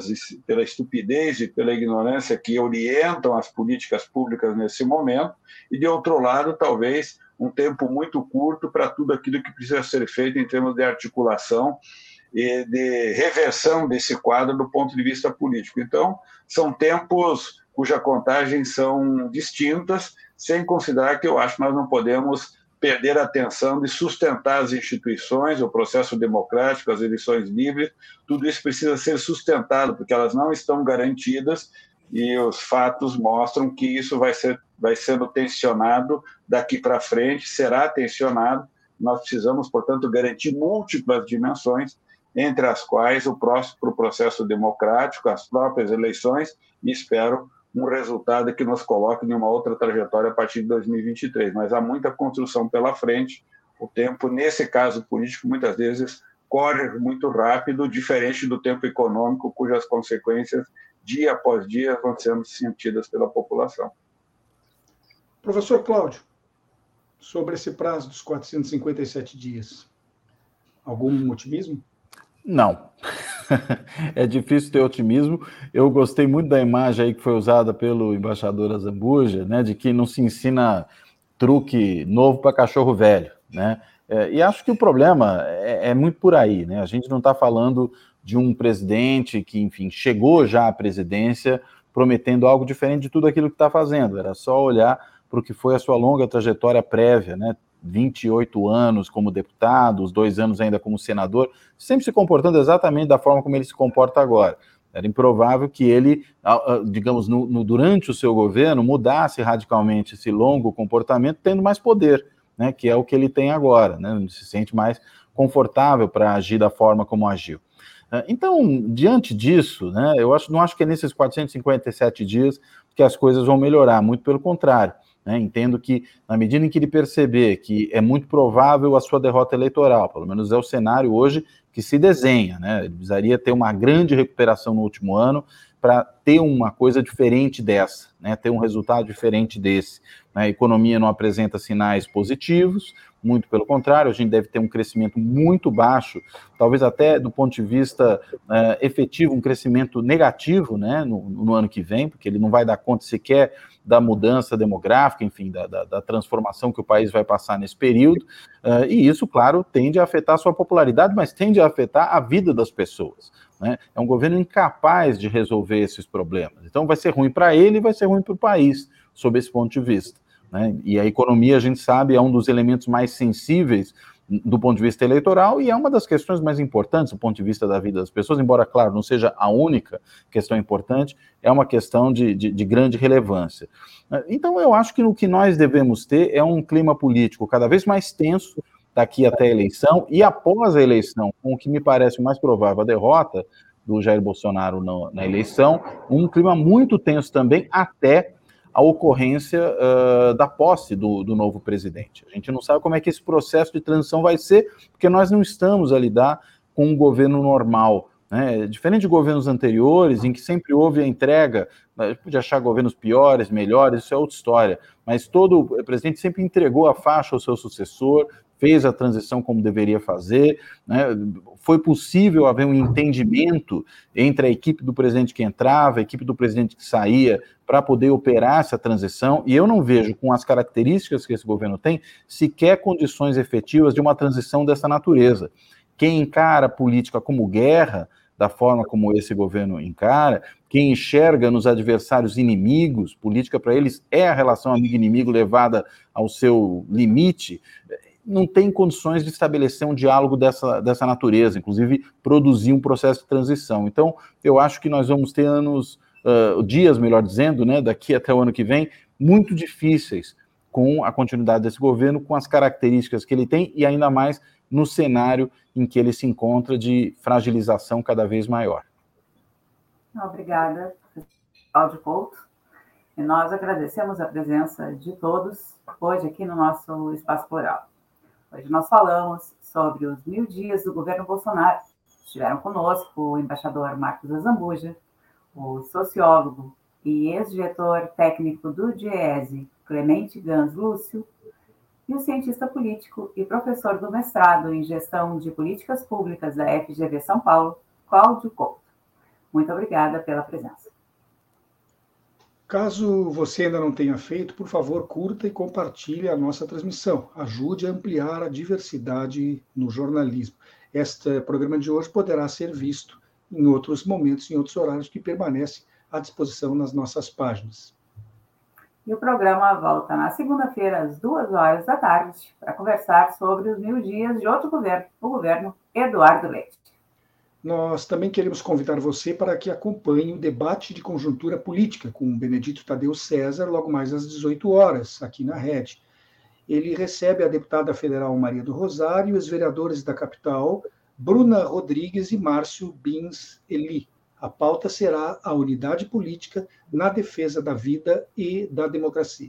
estupidez e pela ignorância que orientam as políticas públicas nesse momento, e, de outro lado, talvez um tempo muito curto para tudo aquilo que precisa ser feito em termos de articulação e de reversão desse quadro do ponto de vista político. Então, são tempos cuja contagem são distintas, sem considerar que eu acho que nós não podemos perder a atenção de sustentar as instituições, o processo democrático, as eleições livres. Tudo isso precisa ser sustentado, porque elas não estão garantidas e os fatos mostram que isso vai sendo tensionado daqui para frente, será tensionado. Nós precisamos, portanto, garantir múltiplas dimensões, entre as quais o processo democrático, as próprias eleições, e espero um resultado que nos coloque em uma outra trajetória a partir de 2023. Mas há muita construção pela frente. O tempo, nesse caso político, muitas vezes corre muito rápido, diferente do tempo econômico, cujas consequências, dia após dia, vão sendo sentidas pela população. Professor Cláudio, sobre esse prazo dos 457 dias, algum otimismo? Não. É difícil ter otimismo. Eu gostei muito da imagem aí que foi usada pelo embaixador Azambuja, né, de que não se ensina truque novo para cachorro velho, né? E acho que o problema é muito por aí, né? A gente não está falando de um presidente que, enfim, chegou já à presidência prometendo algo diferente de tudo aquilo que está fazendo. Era só olhar para o que foi a sua longa trajetória prévia, né? 28 anos como deputado, os 2 anos ainda como senador, sempre se comportando exatamente da forma como ele se comporta agora. Era improvável que ele, digamos, durante o seu governo, mudasse radicalmente esse longo comportamento, tendo mais poder, né, que é o que ele tem agora, né, ele se sente mais confortável para agir da forma como agiu. Então, diante disso, né, não acho que é nesses 457 dias que as coisas vão melhorar, muito pelo contrário. Né, entendo que, na medida em que ele perceber que é muito provável a sua derrota eleitoral, pelo menos é o cenário hoje que se desenha, né, ele precisaria ter uma grande recuperação no último ano para ter uma coisa diferente dessa, né, ter um resultado diferente desse. A economia não apresenta sinais positivos, muito pelo contrário, a gente deve ter um crescimento muito baixo, talvez até do ponto de vista efetivo, um crescimento negativo, né, no ano que vem, porque ele não vai dar conta sequer da mudança demográfica, enfim, da transformação que o país vai passar nesse período, e isso, claro, tende a afetar a sua popularidade, mas tende a afetar a vida das pessoas. Né? É um governo incapaz de resolver esses problemas. Então vai ser ruim para ele e vai ser ruim para o país, sob esse ponto de vista. Né? E a economia, a gente sabe, é um dos elementos mais sensíveis do ponto de vista eleitoral e é uma das questões mais importantes do ponto de vista da vida das pessoas, embora, claro, não seja a única questão importante, é uma questão de grande relevância. Então, eu acho que o que nós devemos ter é um clima político cada vez mais tenso daqui até a eleição e após a eleição, com o que me parece mais provável a derrota do Jair Bolsonaro na eleição, um clima muito tenso também até a ocorrência da posse do novo presidente. A gente não sabe como é que esse processo de transição vai ser, porque nós não estamos a lidar com um governo normal, né? Diferente de governos anteriores, em que sempre houve a entrega, podia achar governos piores, melhores, isso é outra história, mas todo presidente sempre entregou a faixa ao seu sucessor, fez a transição como deveria fazer, né? Foi possível haver um entendimento entre a equipe do presidente que entrava, a equipe do presidente que saía, para poder operar essa transição, e eu não vejo, com as características que esse governo tem, sequer condições efetivas de uma transição dessa natureza. Quem encara a política como guerra, da forma como esse governo encara, quem enxerga nos adversários inimigos, política para eles é a relação amigo-inimigo levada ao seu limite, não tem condições de estabelecer um diálogo dessa natureza, inclusive produzir um processo de transição. Então, eu acho que nós vamos ter dias, melhor dizendo, né, daqui até o ano que vem, muito difíceis com a continuidade desse governo, com as características que ele tem e ainda mais no cenário em que ele se encontra de fragilização cada vez maior. Obrigada, Cláudio Couto. E nós agradecemos a presença de todos hoje aqui no nosso Espaço Plural. Hoje nós falamos sobre os 1000 dias do governo Bolsonaro. Estiveram conosco o embaixador Marcos Azambuja, o sociólogo e ex-diretor técnico do DIEESE, Clemente Gans Lúcio, e o cientista político e professor do mestrado em Gestão de Políticas Públicas da FGV São Paulo, Cláudio Couto. Muito obrigada pela presença. Caso você ainda não tenha feito, por favor, curta e compartilhe a nossa transmissão. Ajude a ampliar a diversidade no jornalismo. Este programa de hoje poderá ser visto em outros momentos, em outros horários que permanecem à disposição nas nossas páginas. E o programa volta na segunda-feira, às 2h da tarde, para conversar sobre os 1000 dias de outro governo, o governo Eduardo Leite. Nós também queremos convidar você para que acompanhe o debate de conjuntura política com Benedito Tadeu César, logo mais às 18 horas, aqui na Rede. Ele recebe a deputada federal Maria do Rosário e os vereadores da capital, Bruna Rodrigues e Márcio Bins Eli. A pauta será a unidade política na defesa da vida e da democracia.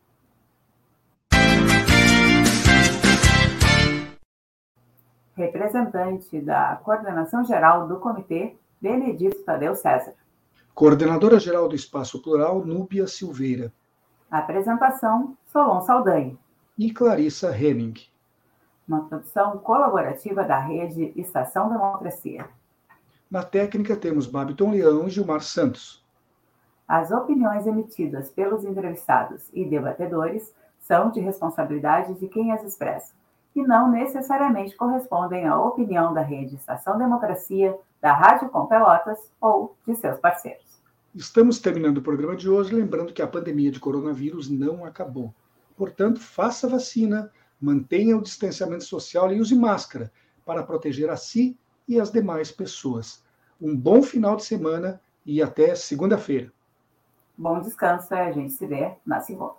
Representante da Coordenação Geral do Comitê, Benedito Tadeu César. Coordenadora-Geral do Espaço Plural, Núbia Silveira. Apresentação, Solon Saldanha. E Clarissa Henning. Uma produção colaborativa da rede Estação Democracia. Na técnica temos Babiton Leão e Gilmar Santos. As opiniões emitidas pelos entrevistados e debatedores são de responsabilidade de quem as expressa e não necessariamente correspondem à opinião da Rede Estação Democracia, da Rádio Com Pelotas ou de seus parceiros. Estamos terminando o programa de hoje, lembrando que a pandemia de coronavírus não acabou. Portanto, faça vacina, mantenha o distanciamento social e use máscara para proteger a si e as demais pessoas. Um bom final de semana e até segunda-feira. Bom descanso, a gente se vê na segunda.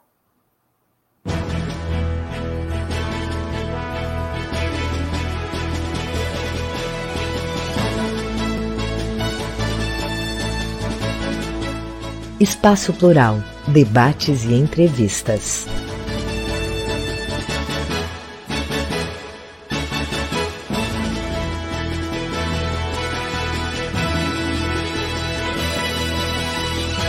Espaço Plural, debates e entrevistas.